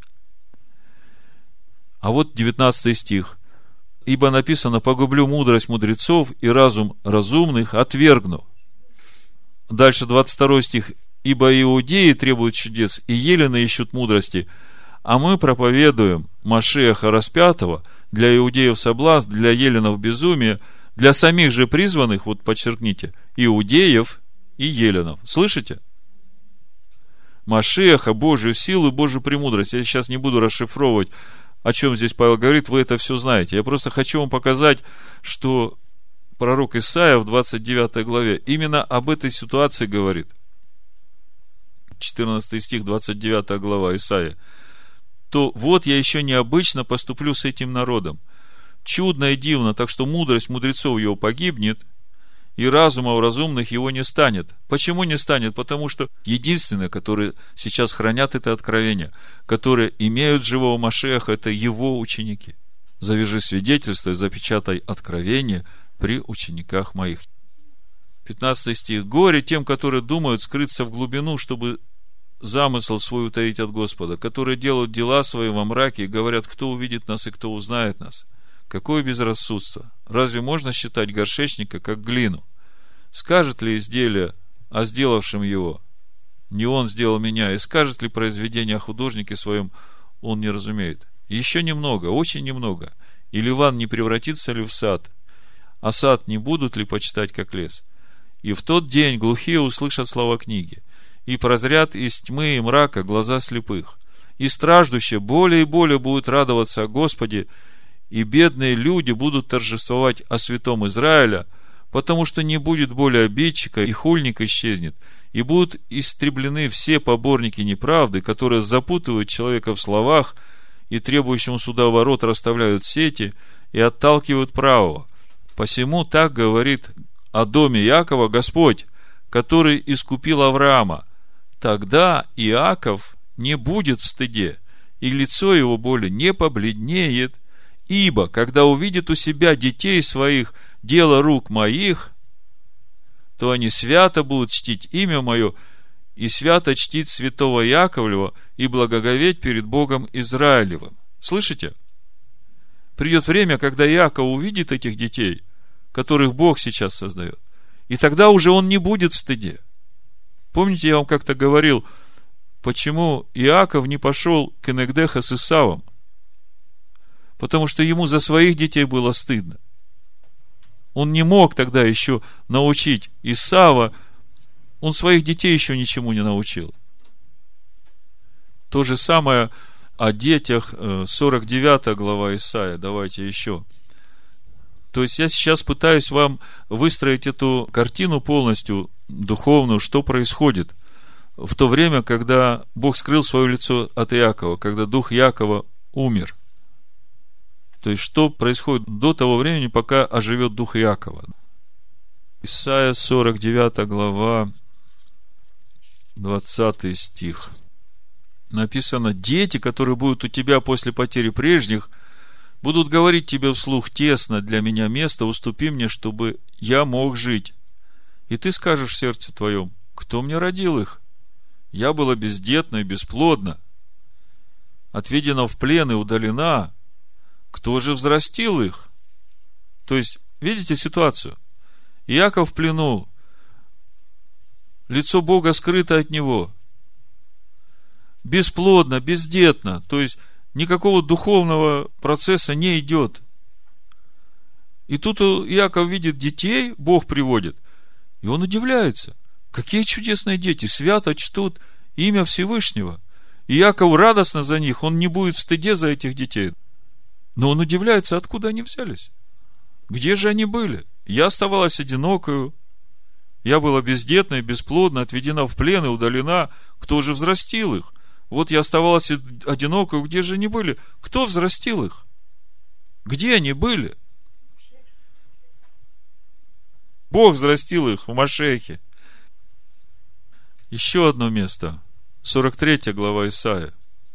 А вот 19 стих. «Ибо написано: погублю мудрость мудрецов, и разум разумных отвергну». Дальше 22 стих. «Ибо иудеи требуют чудес, и елены ищут мудрости, а мы проповедуем Машиаха распятого, для иудеев соблазн, для еленов безумие, для самих же призванных», вот подчеркните, иудеев и еленов. Слышите? Машиаха, Божью силу, Божью премудрость. Я сейчас не буду расшифровывать, о чем здесь Павел говорит, вы это все знаете. Я просто хочу вам показать, что пророк Исаия в 29 главе именно об этой ситуации говорит. 14 стих, 29 глава Исаия. «То вот я еще необычно поступлю с этим народом. Чудно и дивно, так что мудрость мудрецов его погибнет, и разума у разумных его не станет». Почему не станет? Потому что единственные, которые сейчас хранят это откровение, которые имеют живого Машиаха, это его ученики. «Завяжи свидетельство и запечатай откровение при учениках моих». 15 стих. «Горе тем, которые думают скрыться в глубину, чтобы замысел свой утаить от Господа, которые делают дела свои во мраке и говорят: кто увидит нас и кто узнает нас. Какое безрассудство! Разве можно считать горшечника как глину? Скажет ли изделие о сделавшем его: не он сделал меня? И скажет ли произведение о художнике своем: он не разумеет? Еще немного, очень немного, и Ливан не превратится ли в сад, а сад не будут ли почитать как лес? И в тот день глухие услышат слова книги, и прозрят из тьмы и мрака глаза слепых, и страждущие более и более будут радоваться о Господе, и бедные люди будут торжествовать о святом Израиля, потому что не будет более обидчика, и хульник исчезнет, и будут истреблены все поборники неправды, которые запутывают человека в словах и требующему суда ворот расставляют сети и отталкивают правого. Посему так говорит о доме Иакова Господь, который искупил Авраама: тогда Иаков не будет в стыде, и лицо его более не побледнеет, ибо когда увидит у себя детей своих дело рук моих, то они свято будут чтить имя мое, и свято чтить святого Иаковлева, и благоговеть перед Богом Израилевым». Слышите? Придет время, когда Иаков увидит этих детей, которых Бог сейчас создает, и тогда уже он не будет в стыде. Помните, я вам как-то говорил, почему Иаков не пошел к Энегдеха с Исавом? Потому что ему за своих детей было стыдно. Он не мог тогда еще научить Исава, он своих детей еще ничему не научил. То же самое о детях, 49 глава Исаия. Давайте еще. То есть я сейчас пытаюсь вам выстроить эту картину полностью духовную, что происходит в то время, когда Бог скрыл свое лицо от Иакова, когда дух Иакова умер. То есть, что происходит до того времени, пока оживет дух Иакова. Исайя 49 глава, 20 стих. Написано: дети, которые будут у тебя после потери прежних, будут говорить тебе вслух: тесно для меня место, уступи мне, чтобы я мог жить. И ты скажешь в сердце твоем: кто мне родил их? Я была бездетна и бесплодна, отведена в плен и удалена. Кто же взрастил их? То есть, видите ситуацию? Иаков в плену, лицо Бога скрыто от него, бесплодно, бездетно, то есть никакого духовного процесса не идет. И тут Иаков видит детей, Бог приводит, и он удивляется. Какие чудесные дети, свято чтут имя Всевышнего. И Иаков радостно за них, он не будет в стыде за этих детей. Но он удивляется, откуда они взялись. Где же они были? Я оставалась одинокою, я была бездетна и бесплодна, отведена в плен и удалена. Кто же взрастил их? Вот я оставалась одинокою, где же они были? Кто взрастил их? Где они были? Бог взрастил их в Машехе. Еще одно место. 43 глава Исаия,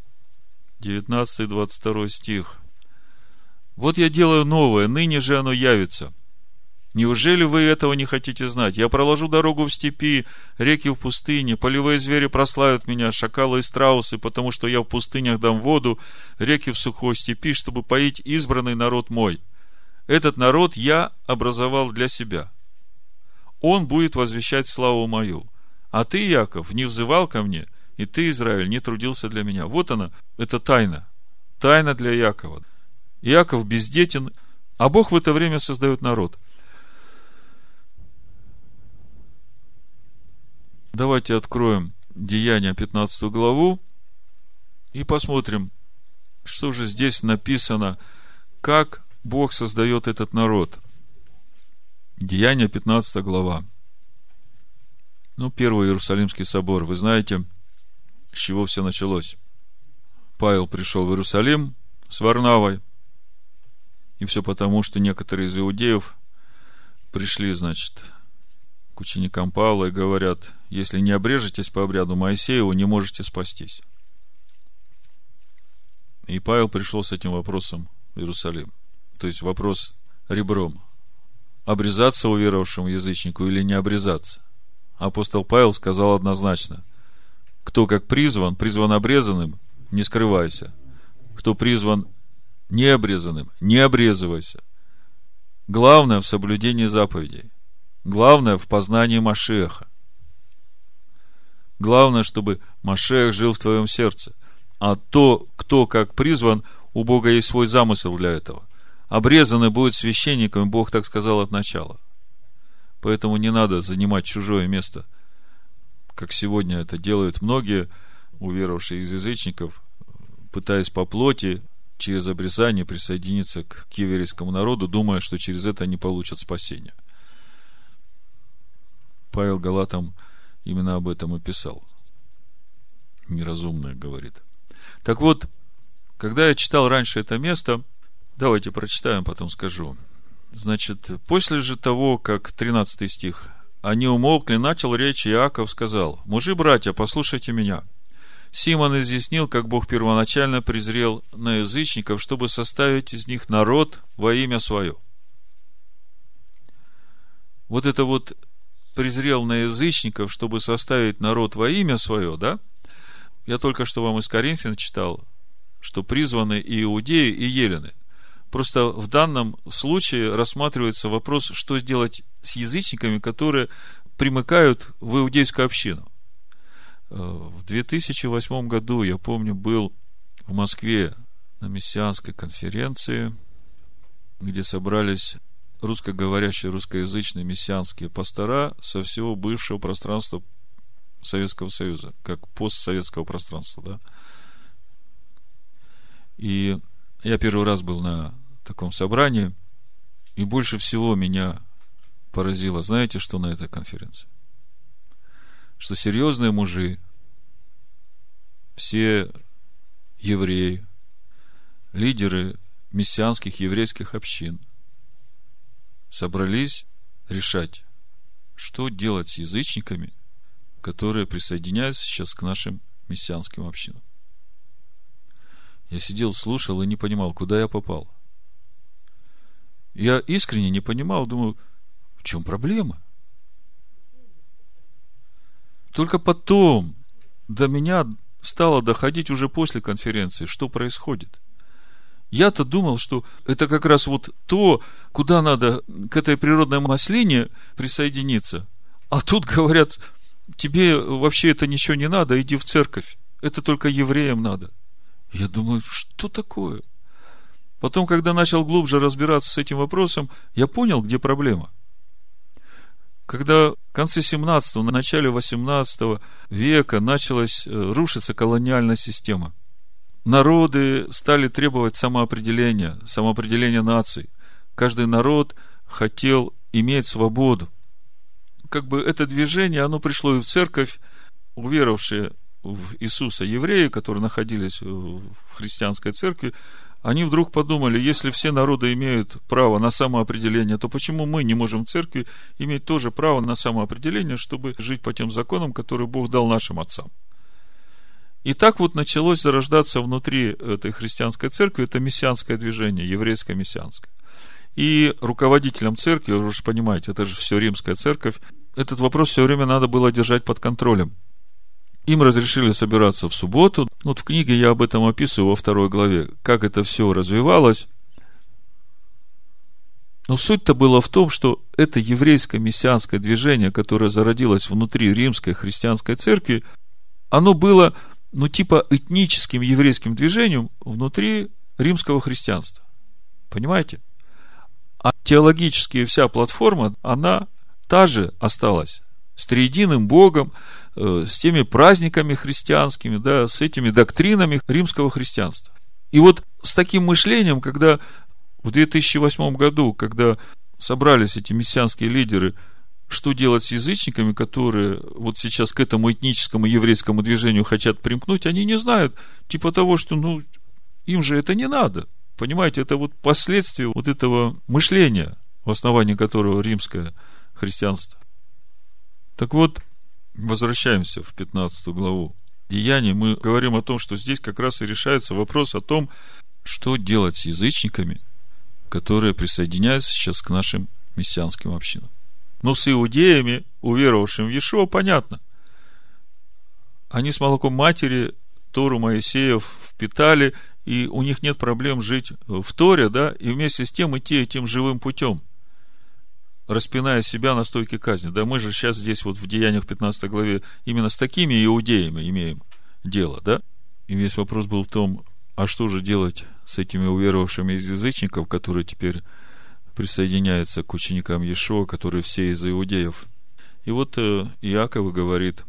19-22 стих. Вот я делаю новое, ныне же оно явится. Неужели вы этого не хотите знать? Я проложу дорогу в степи, реки в пустыне, полевые звери прославят меня, шакалы и страусы, потому что я в пустынях дам воду, реки в сухой степи, чтобы поить избранный народ мой. Этот народ я образовал для себя. Он будет возвещать славу мою. А ты, Иаков, не взывал ко мне, и ты, Израиль, не трудился для меня. Вот она, это тайна. Тайна для Иакова. Иаков бездетен, а Бог в это время создает народ. Давайте откроем Деяния 15 главу и посмотрим, что же здесь написано, как Бог создает этот народ. Деяния 15 глава. Первый Иерусалимский собор. Вы знаете, с чего все началось. Павел пришел в Иерусалим с Варнавой, и все потому, что некоторые из иудеев пришли, к ученикам Павла и говорят: если не обрежетесь по обряду Моисееву, не можете спастись. И Павел пришел с этим вопросом в Иерусалим. То есть вопрос ребром: обрезаться уверовавшему язычнику или не обрезаться? Апостол Павел сказал однозначно: кто как призван обрезанным, не скрывайся. Кто призван необрезанным, не обрезывайся. Главное в соблюдении заповедей. Главное в познании Машеха. Главное, чтобы Машех жил в твоем сердце. А то, кто как призван, у Бога есть свой замысел для этого. Обрезанный будет священником, Бог так сказал от начала. Поэтому не надо занимать чужое место, как сегодня это делают многие уверовавшие из язычников, пытаясь по плоти через обрезание присоединиться к еврейскому народу, думая, что через это они получат спасение. Павел Галатам именно об этом и писал. Неразумное говорит. Так вот, когда я читал раньше это место, давайте прочитаем, потом скажу. После же того, как 13 стих, они умолкли, начал речь Иаков, сказал: мужи, братья, послушайте меня. Симон изъяснил, как Бог первоначально презрел на язычников, чтобы составить из них народ во имя свое. Вот это вот презрел на язычников, чтобы составить народ во имя свое, да? Я только что вам из Коринфян читал, что призваны и иудеи, и елены. Просто в данном случае рассматривается вопрос, что сделать с язычниками, которые примыкают в иудейскую общину. В 2008 году, я помню, был в Москве на мессианской конференции, где собрались русскоговорящие, русскоязычные мессианские пастора со всего бывшего пространства Советского Союза, как постсоветского пространства, да. И я первый раз был на таком собрании, и больше всего меня поразило, знаете, что на этой конференции? Что серьезные мужи, все евреи, лидеры мессианских еврейских общин собрались решать, что делать с язычниками, которые присоединяются сейчас к нашим мессианским общинам. Я сидел, слушал и не понимал, куда я попал. Я искренне не понимал, думаю, в чем проблема? Только потом до меня стало доходить уже после конференции, что происходит. Я-то думал, что это как раз вот то, куда надо к этой природной маслине присоединиться. А тут говорят, тебе вообще это ничего не надо, иди в церковь. Это только евреям надо. Я думаю, что такое? Потом, когда начал глубже разбираться с этим вопросом, я понял, где проблема. Когда в конце 17-го, на начале 18 века началась рушиться колониальная система, народы стали требовать самоопределения наций. Каждый народ хотел иметь свободу. Как бы это движение, оно пришло и в церковь, уверовавшие в Иисуса евреи, которые находились в христианской церкви, они вдруг подумали, если все народы имеют право на самоопределение, то почему мы не можем в церкви иметь тоже право на самоопределение, чтобы жить по тем законам, которые Бог дал нашим отцам? И так вот началось зарождаться внутри этой христианской церкви это мессианское движение, еврейское мессианское. И руководителям церкви, вы же понимаете, это же все римская церковь, этот вопрос все время надо было держать под контролем. Им разрешили собираться в субботу. Вот в книге я об этом описываю во 2 главе, как это все развивалось. Но суть-то была в том, что это еврейское мессианское движение, которое зародилось внутри римской христианской церкви, оно было, типа этническим еврейским движением внутри римского христианства. Понимаете? А теологически вся платформа, она та же осталась. С триединым Богом, с теми праздниками христианскими, да, с этими доктринами римского христианства. И вот с таким мышлением, когда в 2008 году, когда собрались эти мессианские лидеры, что делать с язычниками, которые вот сейчас к этому этническому еврейскому движению хотят примкнуть, они не знают, типа того, что, им же это не надо. Понимаете, это вот последствия вот этого мышления, в основании которого римское христианство. Так вот, возвращаемся в 15 главу Деяний. Мы говорим о том, что здесь как раз и решается вопрос о том, что делать с язычниками, которые присоединяются сейчас к нашим мессианским общинам. С иудеями, уверовавшим в Иешуа, понятно. Они с молоком матери Тору Моисея впитали, и у них нет проблем жить в Торе, да, и вместе с тем идти этим живым путем, распиная себя на стойке казни. Да мы же сейчас здесь вот в Деяниях 15 главе именно с такими иудеями имеем дело, да? И весь вопрос был в том, а что же делать с этими уверовавшими из язычников, которые теперь присоединяются к ученикам Иешуа, которые все из иудеев. И вот Иаков говорит,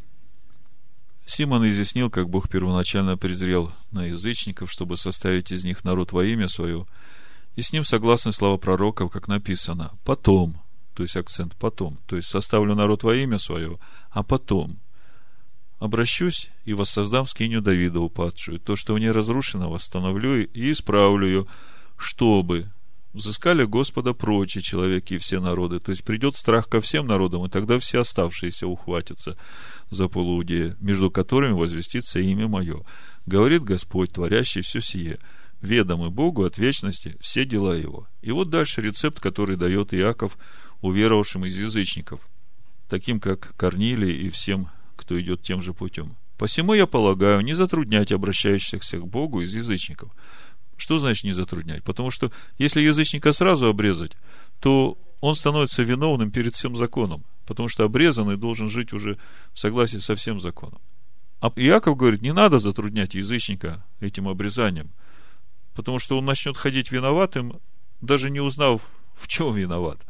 Симон изъяснил, как Бог первоначально презрел на язычников, чтобы составить из них народ во имя свое, и с ним согласны слова пророков, как написано, потом, то есть акцент потом, то есть составлю народ во имя свое, а потом обращусь и воссоздам скинию Давида упадшую, то, что в ней разрушено, восстановлю и исправлю ее, чтобы взыскали Господа прочие человеки и все народы. То есть придет страх ко всем народам, и тогда все оставшиеся ухватятся за полуудея, между которыми возвестится имя мое. Говорит Господь, творящий все сие, ведомый Богу от вечности все дела его. И вот дальше рецепт, который дает Иаков уверовавшим из язычников, таким как Корнилий и всем, кто идет тем же путем. Посему я полагаю, не затруднять обращающихся к Богу из язычников. Что значит не затруднять? Потому что если язычника сразу обрезать, то он становится виновным перед всем законом, потому что обрезанный должен жить уже в согласии со всем законом. А Иаков говорит, не надо затруднять язычника этим обрезанием, потому что он начнет ходить виноватым, даже не узнав, в чем виноват.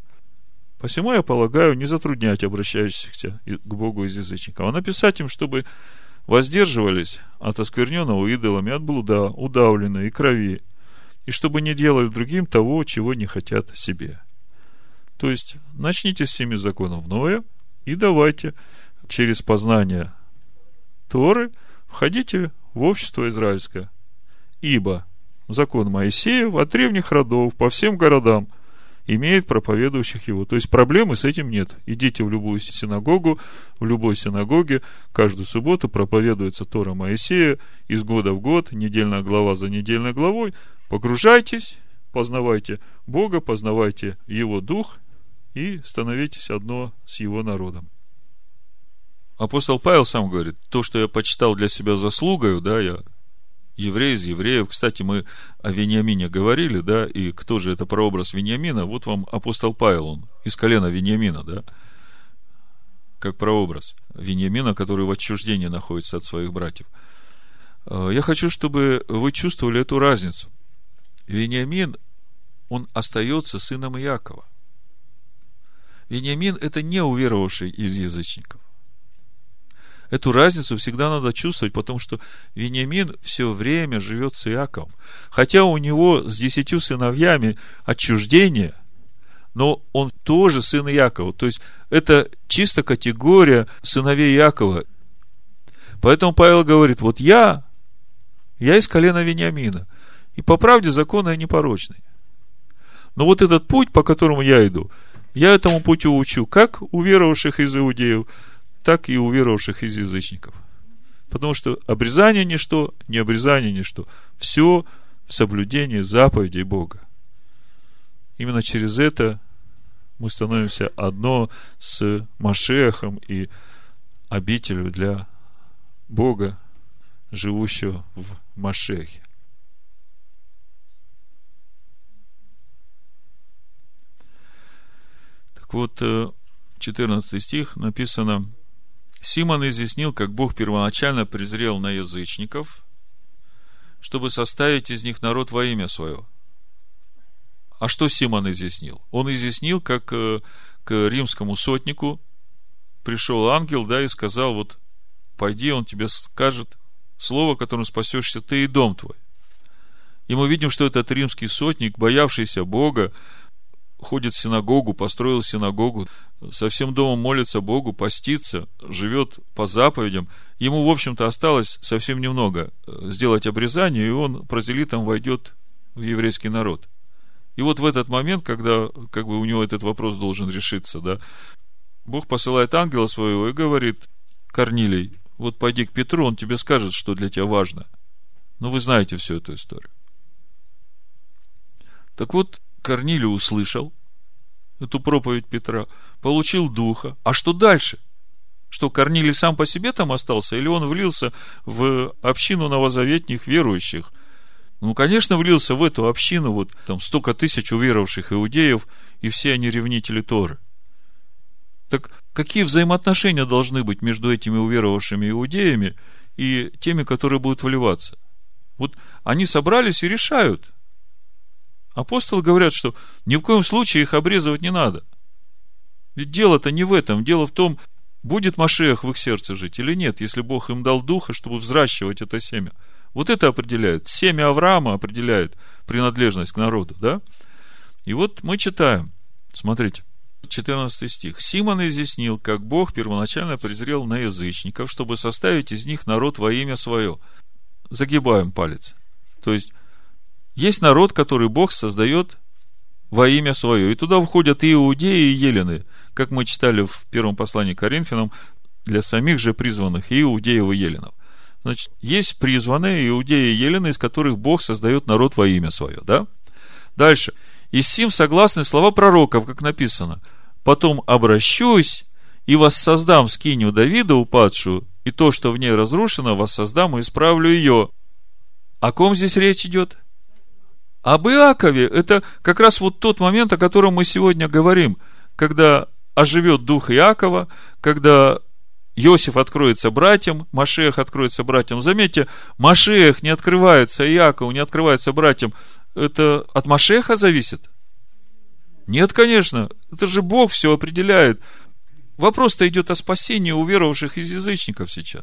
Посему я полагаю, не затруднять обращающихся к Богу из язычников, а написать им, чтобы воздерживались от оскверненного идолами, от блуда, удавленной и крови, и чтобы не делать другим того, чего не хотят себе. То есть, начните с 7 законов Ноя, и давайте через познание Торы входите в общество израильское. Ибо закон Моисеев от древних родов по всем городам имеет проповедующих его. То есть проблемы с этим нет. Идите в любую синагогу, в любой синагоге каждую субботу проповедуется Тора Моисея из года в год, недельная глава за недельной главой. Погружайтесь, познавайте Бога, познавайте Его Дух и становитесь одно с Его народом. Апостол Павел сам говорит: то, что я почитал для себя заслугою, да, я еврей из евреев. Кстати, мы о Вениамине говорили, да, и кто же это прообраз Вениамина? Вот вам апостол Павел, он из колена Вениамина, да, как прообраз Вениамина, который в отчуждении находится от своих братьев. Я хочу, чтобы вы чувствовали эту разницу. Вениамин, он остается сыном Иакова. Вениамин – это не уверовавший из язычников. Эту разницу всегда надо чувствовать, потому что Вениамин все время живет с Иаковом. Хотя у него с 10 сыновьями отчуждение, но он тоже сын Иакова. То есть, это чисто категория сыновей Иакова. Поэтому Павел говорит: вот я из колена Вениамина, и по правде закона я непорочный. Но вот этот путь, по которому я иду, я этому путю учу как уверовавших из иудеев, так и уверовавших из язычников. Потому что обрезание ничто, не обрезание ничто. Все в соблюдении заповедей Бога. Именно через это мы становимся одно с Машиахом и обителью для Бога, живущего в Машиахе. Так вот, 14 стих написано: Симон изъяснил, как Бог первоначально презрел на язычников, чтобы составить из них народ во имя свое. А что Симон изъяснил? Он изъяснил, как к римскому сотнику пришел ангел, да, и сказал: вот пойди, он тебе скажет слово, которым спасешься ты и дом твой. И мы видим, что этот римский сотник, боявшийся Бога, ходит в синагогу, построил синагогу, со всем домом молится Богу, постится, живет по заповедям. Ему, в общем-то, осталось совсем немного сделать обрезание, и он прозелитом войдет в еврейский народ. И вот в этот момент, когда как бы у него этот вопрос должен решиться, да, Бог посылает ангела своего и говорит: Корнилий, вот пойди к Петру, он тебе скажет, что для тебя важно. Ну, вы знаете всю эту историю. Так вот, Корнилий услышал эту проповедь Петра, получил духа. А что дальше? Что Корнилий сам по себе там остался, или он влился в общину новозаветних верующих? Ну, конечно, влился в эту общину, вот там столько тысяч уверовавших иудеев, и все они ревнители Торы. Так какие взаимоотношения должны быть между этими уверовавшими иудеями и теми, которые будут вливаться? Вот они собрались и решают. Апостолы говорят, что ни в коем случае их обрезывать не надо. Ведь дело-то не в этом. Дело в том, будет Машиах в их сердце жить или нет, если Бог им дал духа, чтобы взращивать это семя. Вот это определяет. Семя Авраама определяет принадлежность к народу, да? И вот мы читаем. Смотрите, 14 стих. Симон изъяснил, как Бог первоначально презрел на язычников, чтобы составить из них народ во имя свое. Загибаем палец. То есть, есть народ, который Бог создает во имя свое. И туда входят и иудеи, и елены. Как мы читали в первом послании к Коринфянам, для самих же призванных и иудеев, и еленов. Значит, есть призванные иудеи и елены, из которых Бог создает народ во имя свое. Да? Дальше. И с сим согласны слова пророков, как написано: потом обращусь и воссоздам скинию Давида упадшую, и то, что в ней разрушено, воссоздам и исправлю ее. О ком здесь речь идет? Об Иакове. Это как раз вот тот момент, о котором мы сегодня говорим, когда оживет дух Иакова, когда Иосиф откроется братьям, Машиах откроется братьям. Заметьте, Машиах не открывается Иакову, не открывается братьям. Это от Машиаха зависит? Нет, конечно. Это же Бог все определяет. Вопрос-то идет о спасении уверовавших из язычников сейчас.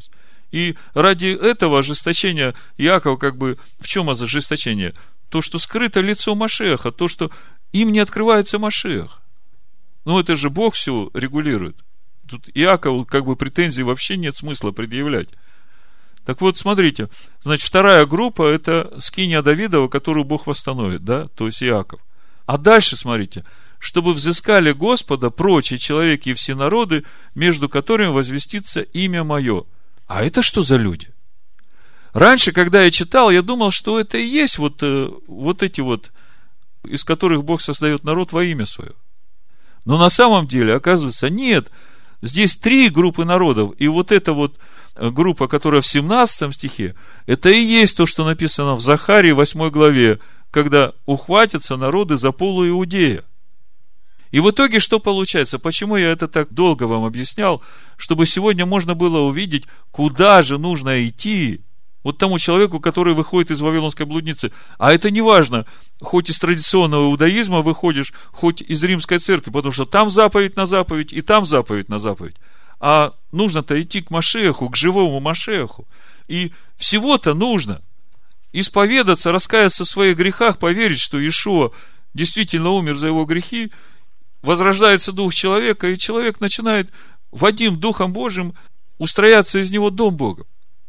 И ради этого ожесточения Иаков в чем ожесточение? То, что скрыто лицо Машиаха, то, что им не открывается Машиах. Это же Бог все регулирует. Тут Иакову претензий вообще нет смысла предъявлять. Так вот, смотрите, значит, вторая группа – это скиния Давидова, которую Бог восстановит, да, то есть Иаков. А дальше, смотрите, чтобы взыскали Господа прочие человеки и все народы, между которыми возвестится имя мое. А это что за люди? Раньше, когда я читал, я думал, что это и есть вот эти из которых Бог создает народ во имя свое. Но на самом деле, оказывается, нет. Здесь 3 группы народов. И эта группа, которая в 17 стихе, это и есть то, что написано в Захарии 8 главе, когда ухватятся народы за полу Иудея. И в итоге что получается? Почему я это так долго вам объяснял? Чтобы сегодня можно было увидеть, куда же нужно идти тому человеку, который выходит из Вавилонской блудницы. А это не важно, хоть из традиционного иудаизма выходишь, хоть из римской церкви, потому что там заповедь на заповедь, и там заповедь на заповедь. А нужно-то идти к Машиаху, к живому Машиаху. И всего-то нужно исповедаться, раскаяться в своих грехах, поверить, что Иешуа действительно умер за его грехи, возрождается дух человека, и человек начинает Вадим Духом Божьим устрояться из него дом Бога.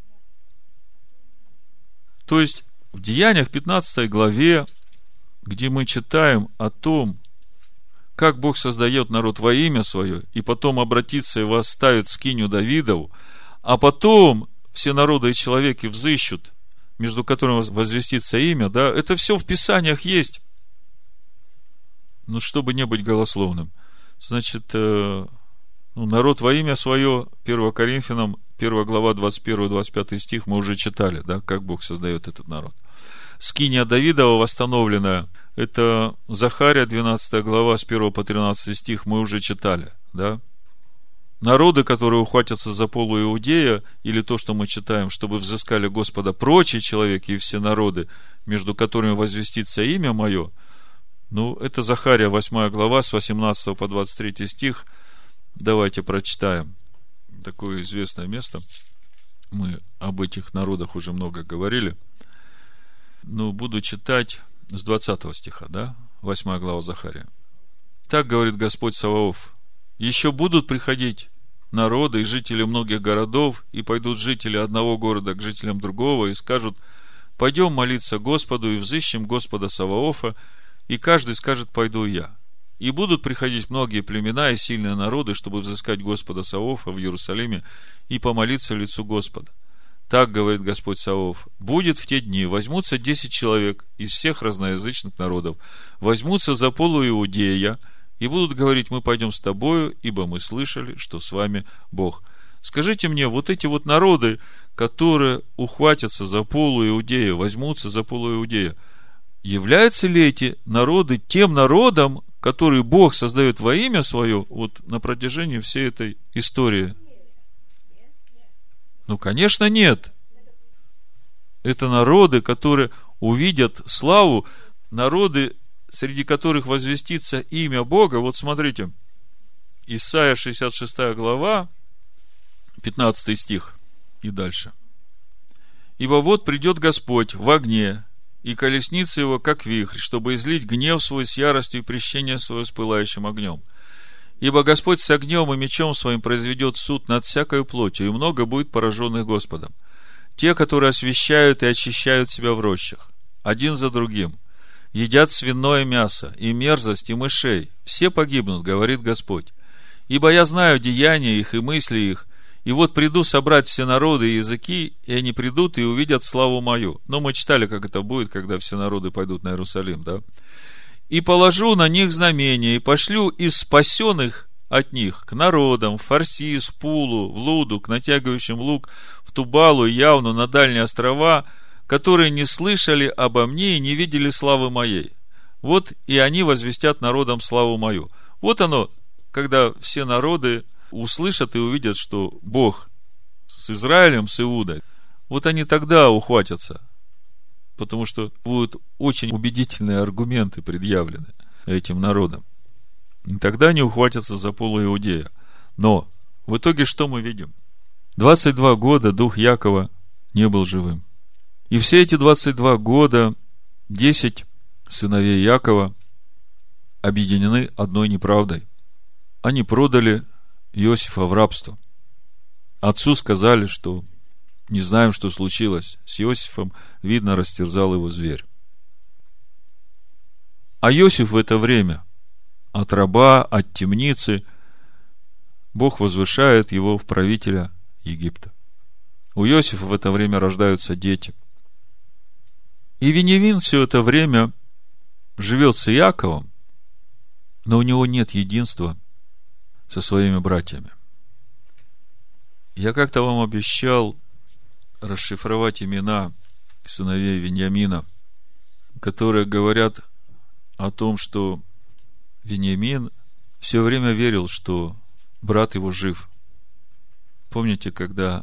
То есть, в Деяниях 15 главе, где мы читаем о том, как Бог создает народ во имя свое, и потом обратится и восставит скинию Давидову, а потом все народы и человеки взыщут, между которыми возвестится имя, да, это все в Писаниях есть. Чтобы не быть голословным. Значит, народ во имя свое, 1 Коринфянам, 1 глава, 21-25 стих, мы уже читали, да, как Бог создает этот народ. Скиния Давидова восстановленная, это Захария, 12 глава, с 1 по 13 стих, мы уже читали, да. Народы, которые ухватятся за полу Иудея, или то, что мы читаем, чтобы взыскали Господа прочие человеки и все народы, между которыми возвестится имя мое, это Захария, 8 глава, с 18 по 23 стих. Давайте прочитаем. Такое известное место. Мы об этих народах уже много говорили. Буду читать с 20 стиха, да? 8 глава Захария. Так говорит Господь Саваоф: еще будут приходить народы и жители многих городов, и пойдут жители одного города к жителям другого, и скажут: пойдем молиться Господу, и взыщем Господа Саваофа, и каждый скажет: пойду я. И будут приходить многие племена и сильные народы, чтобы взыскать Господа Саваофа в Иерусалиме и помолиться лицу Господа. Так говорит Господь Саваоф: будет в те дни, возьмутся 10 человек из всех разноязычных народов, возьмутся за полу Иудея, и будут говорить: мы пойдем с тобою, ибо мы слышали, что с вами Бог. Скажите мне, эти народы, которые ухватятся за полу Иудея, возьмутся за полу Иудея, являются ли эти народы тем народом, который Бог создает во имя свое на протяжении всей этой истории? Конечно, нет. Это народы, которые увидят славу, народы, среди которых возвестится имя Бога. Смотрите, Исайя 66 глава, 15 стих и дальше. Ибо придет Господь в огне, и колесница его, как вихрь, чтобы излить гнев свой с яростью и прещение свое с пылающим огнем. Ибо Господь с огнем и мечом своим произведет суд над всякой плотью, и много будет пораженных Господом. Те, которые освящают и очищают себя в рощах, один за другим, едят свиное мясо, и мерзость, и мышей, все погибнут, говорит Господь. Ибо я знаю деяния их и мысли их, и приду собрать все народы и языки, и они придут и увидят славу мою. Мы читали, как это будет, когда все народы пойдут на Иерусалим, да? И положу на них знамения, и пошлю из спасенных от них к народам, в Фарсис, в Пулу, в Луду, к натягивающим лук, в Тубалу и Явну, на дальние острова, которые не слышали обо мне и не видели славы моей. И они возвестят народам славу мою. Оно, когда все народы услышат и увидят, что Бог с Израилем, с Иудой, они тогда ухватятся, потому что будут очень убедительные аргументы предъявлены этим народам. И тогда они ухватятся за полу Иудея. Но в итоге что мы видим? 22 года дух Якова не был живым. И все эти 22 года 10 сыновей Якова объединены одной неправдой. Они продали Иосифа в рабство. Отцу сказали, что не знаем, что случилось с Иосифом, видно, растерзал его зверь. А Иосиф в это время от раба, от темницы, Бог возвышает его в правителя Египта. У Иосифа в это время рождаются дети. И Виньямин все это время живет с Иаковом, но у него нет единства со своими братьями. Я как-то вам обещал расшифровать имена сыновей Виньямина, которые говорят о том, что Виньямин все время верил, что брат его жив. Помните, когда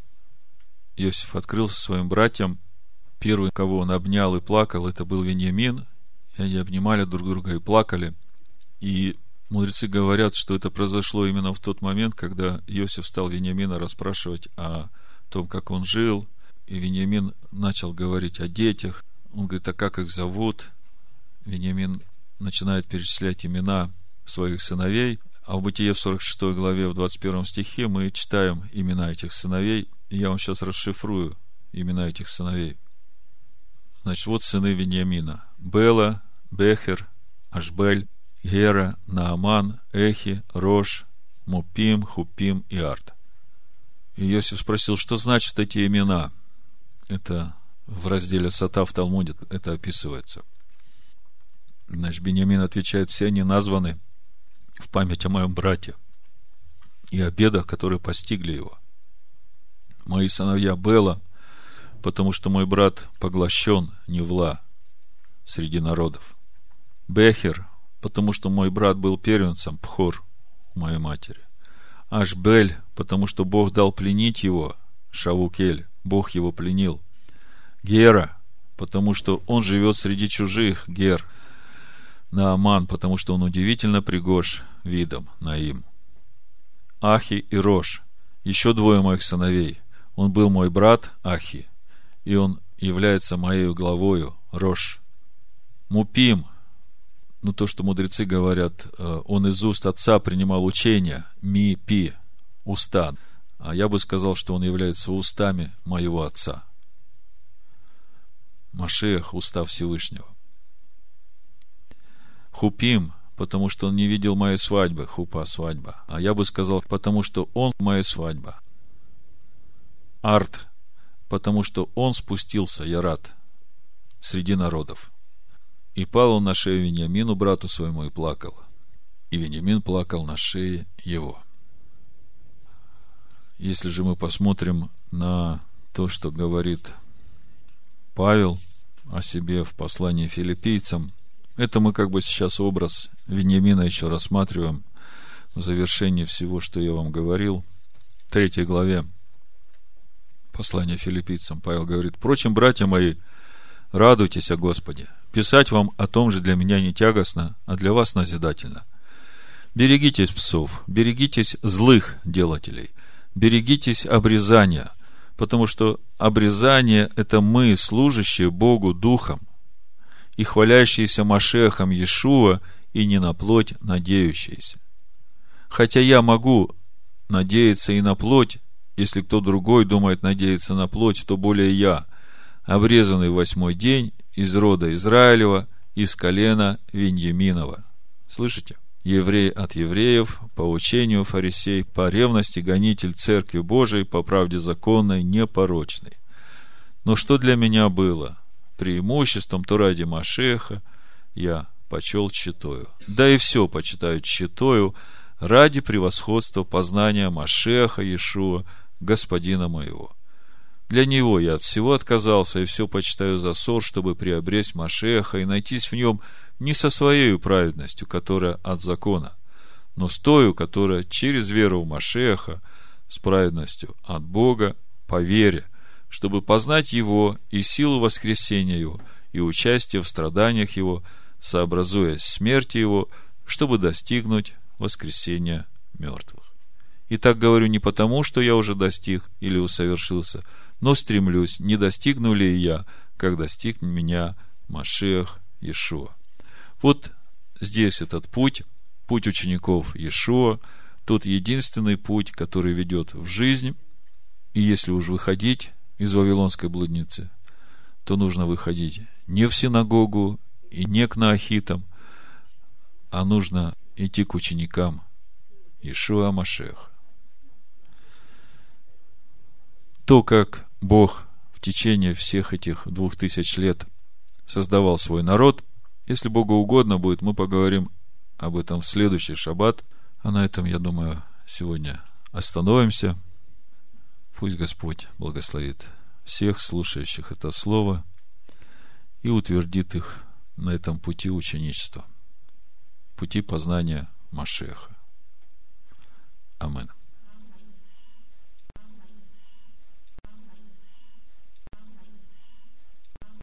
Иосиф открылся своим братьям, первый, кого он обнял и плакал, это был Виньямин, и они обнимали друг друга и плакали. И мудрецы говорят, что это произошло именно в тот момент, когда Иосиф стал Виньямина расспрашивать о том, как он жил, и Виньямин начал говорить о детях. Он говорит, а как их зовут? Виньямин начинает перечислять имена своих сыновей, а в Бытие в 46 главе в 21 стихе мы читаем имена этих сыновей, и я вам сейчас расшифрую имена этих сыновей. Значит, вот сыны Виньямина: Бела, Бехер, Ашбель, Гера, Нааман, Эхи, Рош, Мупим, Хупим и Ард. И Иосиф спросил, что значат эти имена. Это в разделе Сота в Талмуде это описывается. Значит, Биньямин отвечает: все они названы в память о моем брате и о бедах, которые постигли его. Мои сыновья Бела, потому что мой брат поглощен невла среди народов. Бехер, потому что мой брат был первенцем Пхор у моей матери. Ашбель, потому что Бог дал пленить его, Шавукель, Бог его пленил. Гера, потому что он живет среди чужих, Гер. Нааман, потому что он удивительно пригож видом, Наим. Ахи и Рош, еще двое моих сыновей. Он был мой брат Ахи, и он является моей главою, Рош. Мупим, то, что мудрецы говорят, он из уст отца принимал учение, ми-пи, уста. А я бы сказал, что он является устами моего отца. Машиах, уста Всевышнего. Хупим, потому что он не видел моей свадьбы, хупа, свадьба. А я бы сказал, потому что он моя свадьба. Ард, потому что он спустился, Ярат, среди народов. И пал он на шею Виньямину, брату своему, и плакал. И Виньямин плакал на шее его. Если же мы посмотрим на то, что говорит Павел о себе в послании филиппийцам, это мы сейчас образ Виньямина еще рассматриваем в завершении всего, что я вам говорил. В 3 главе послания филиппийцам Павел говорит: «Впрочем, братья мои, радуйтесь о Господе. Писать вам о том же для меня не тягостно, а для вас назидательно. Берегитесь псов, берегитесь злых делателей, берегитесь обрезания, потому что обрезание – это мы, служащие Богу Духом, и хвалящиеся Машиахом Иешуа, и не на плоть надеющиеся. Хотя я могу надеяться и на плоть, если кто другой думает надеяться на плоть, то более я, обрезанный в 8-й день, из рода Израилева, из колена Виньяминова». Слышите? Еврей от евреев, по учению фарисей, по ревности гонитель Церкви Божией, по правде законной, непорочной. Но что для меня было преимуществом, то ради Машиаха я почел тщетою. Да и все почитаю тщетою ради превосходства познания Машиаха Иешуа, Господина моего. Для него я от всего отказался и все почитаю за ссор, чтобы приобресть Машиаха и найтись в нем не со своей праведностью, которая от закона, но с тою, которая через веру в Машиаха, с праведностью от Бога по вере, чтобы познать Его и силу воскресения Его, и участие в страданиях Его, сообразуясь смерти Его, чтобы достигнуть воскресения мертвых. И так говорю не потому, что я уже достиг или усовершился, но стремлюсь, не достигну ли я, как достиг меня Машиах Иешуа. Вот здесь этот путь учеников Иешуа, тот единственный путь, который ведет в жизнь. И если уж выходить из вавилонской блудницы, то нужно выходить не в синагогу и не к наахитам, а нужно идти к ученикам Иешуа Машиаха. То, как Бог в течение всех этих 2000 лет создавал свой народ, если Богу угодно будет, мы поговорим об этом в следующий шаббат. А на этом, я думаю, сегодня остановимся. Пусть Господь благословит всех слушающих это слово и утвердит их на этом пути ученичества, пути познания Машиаха. Амин.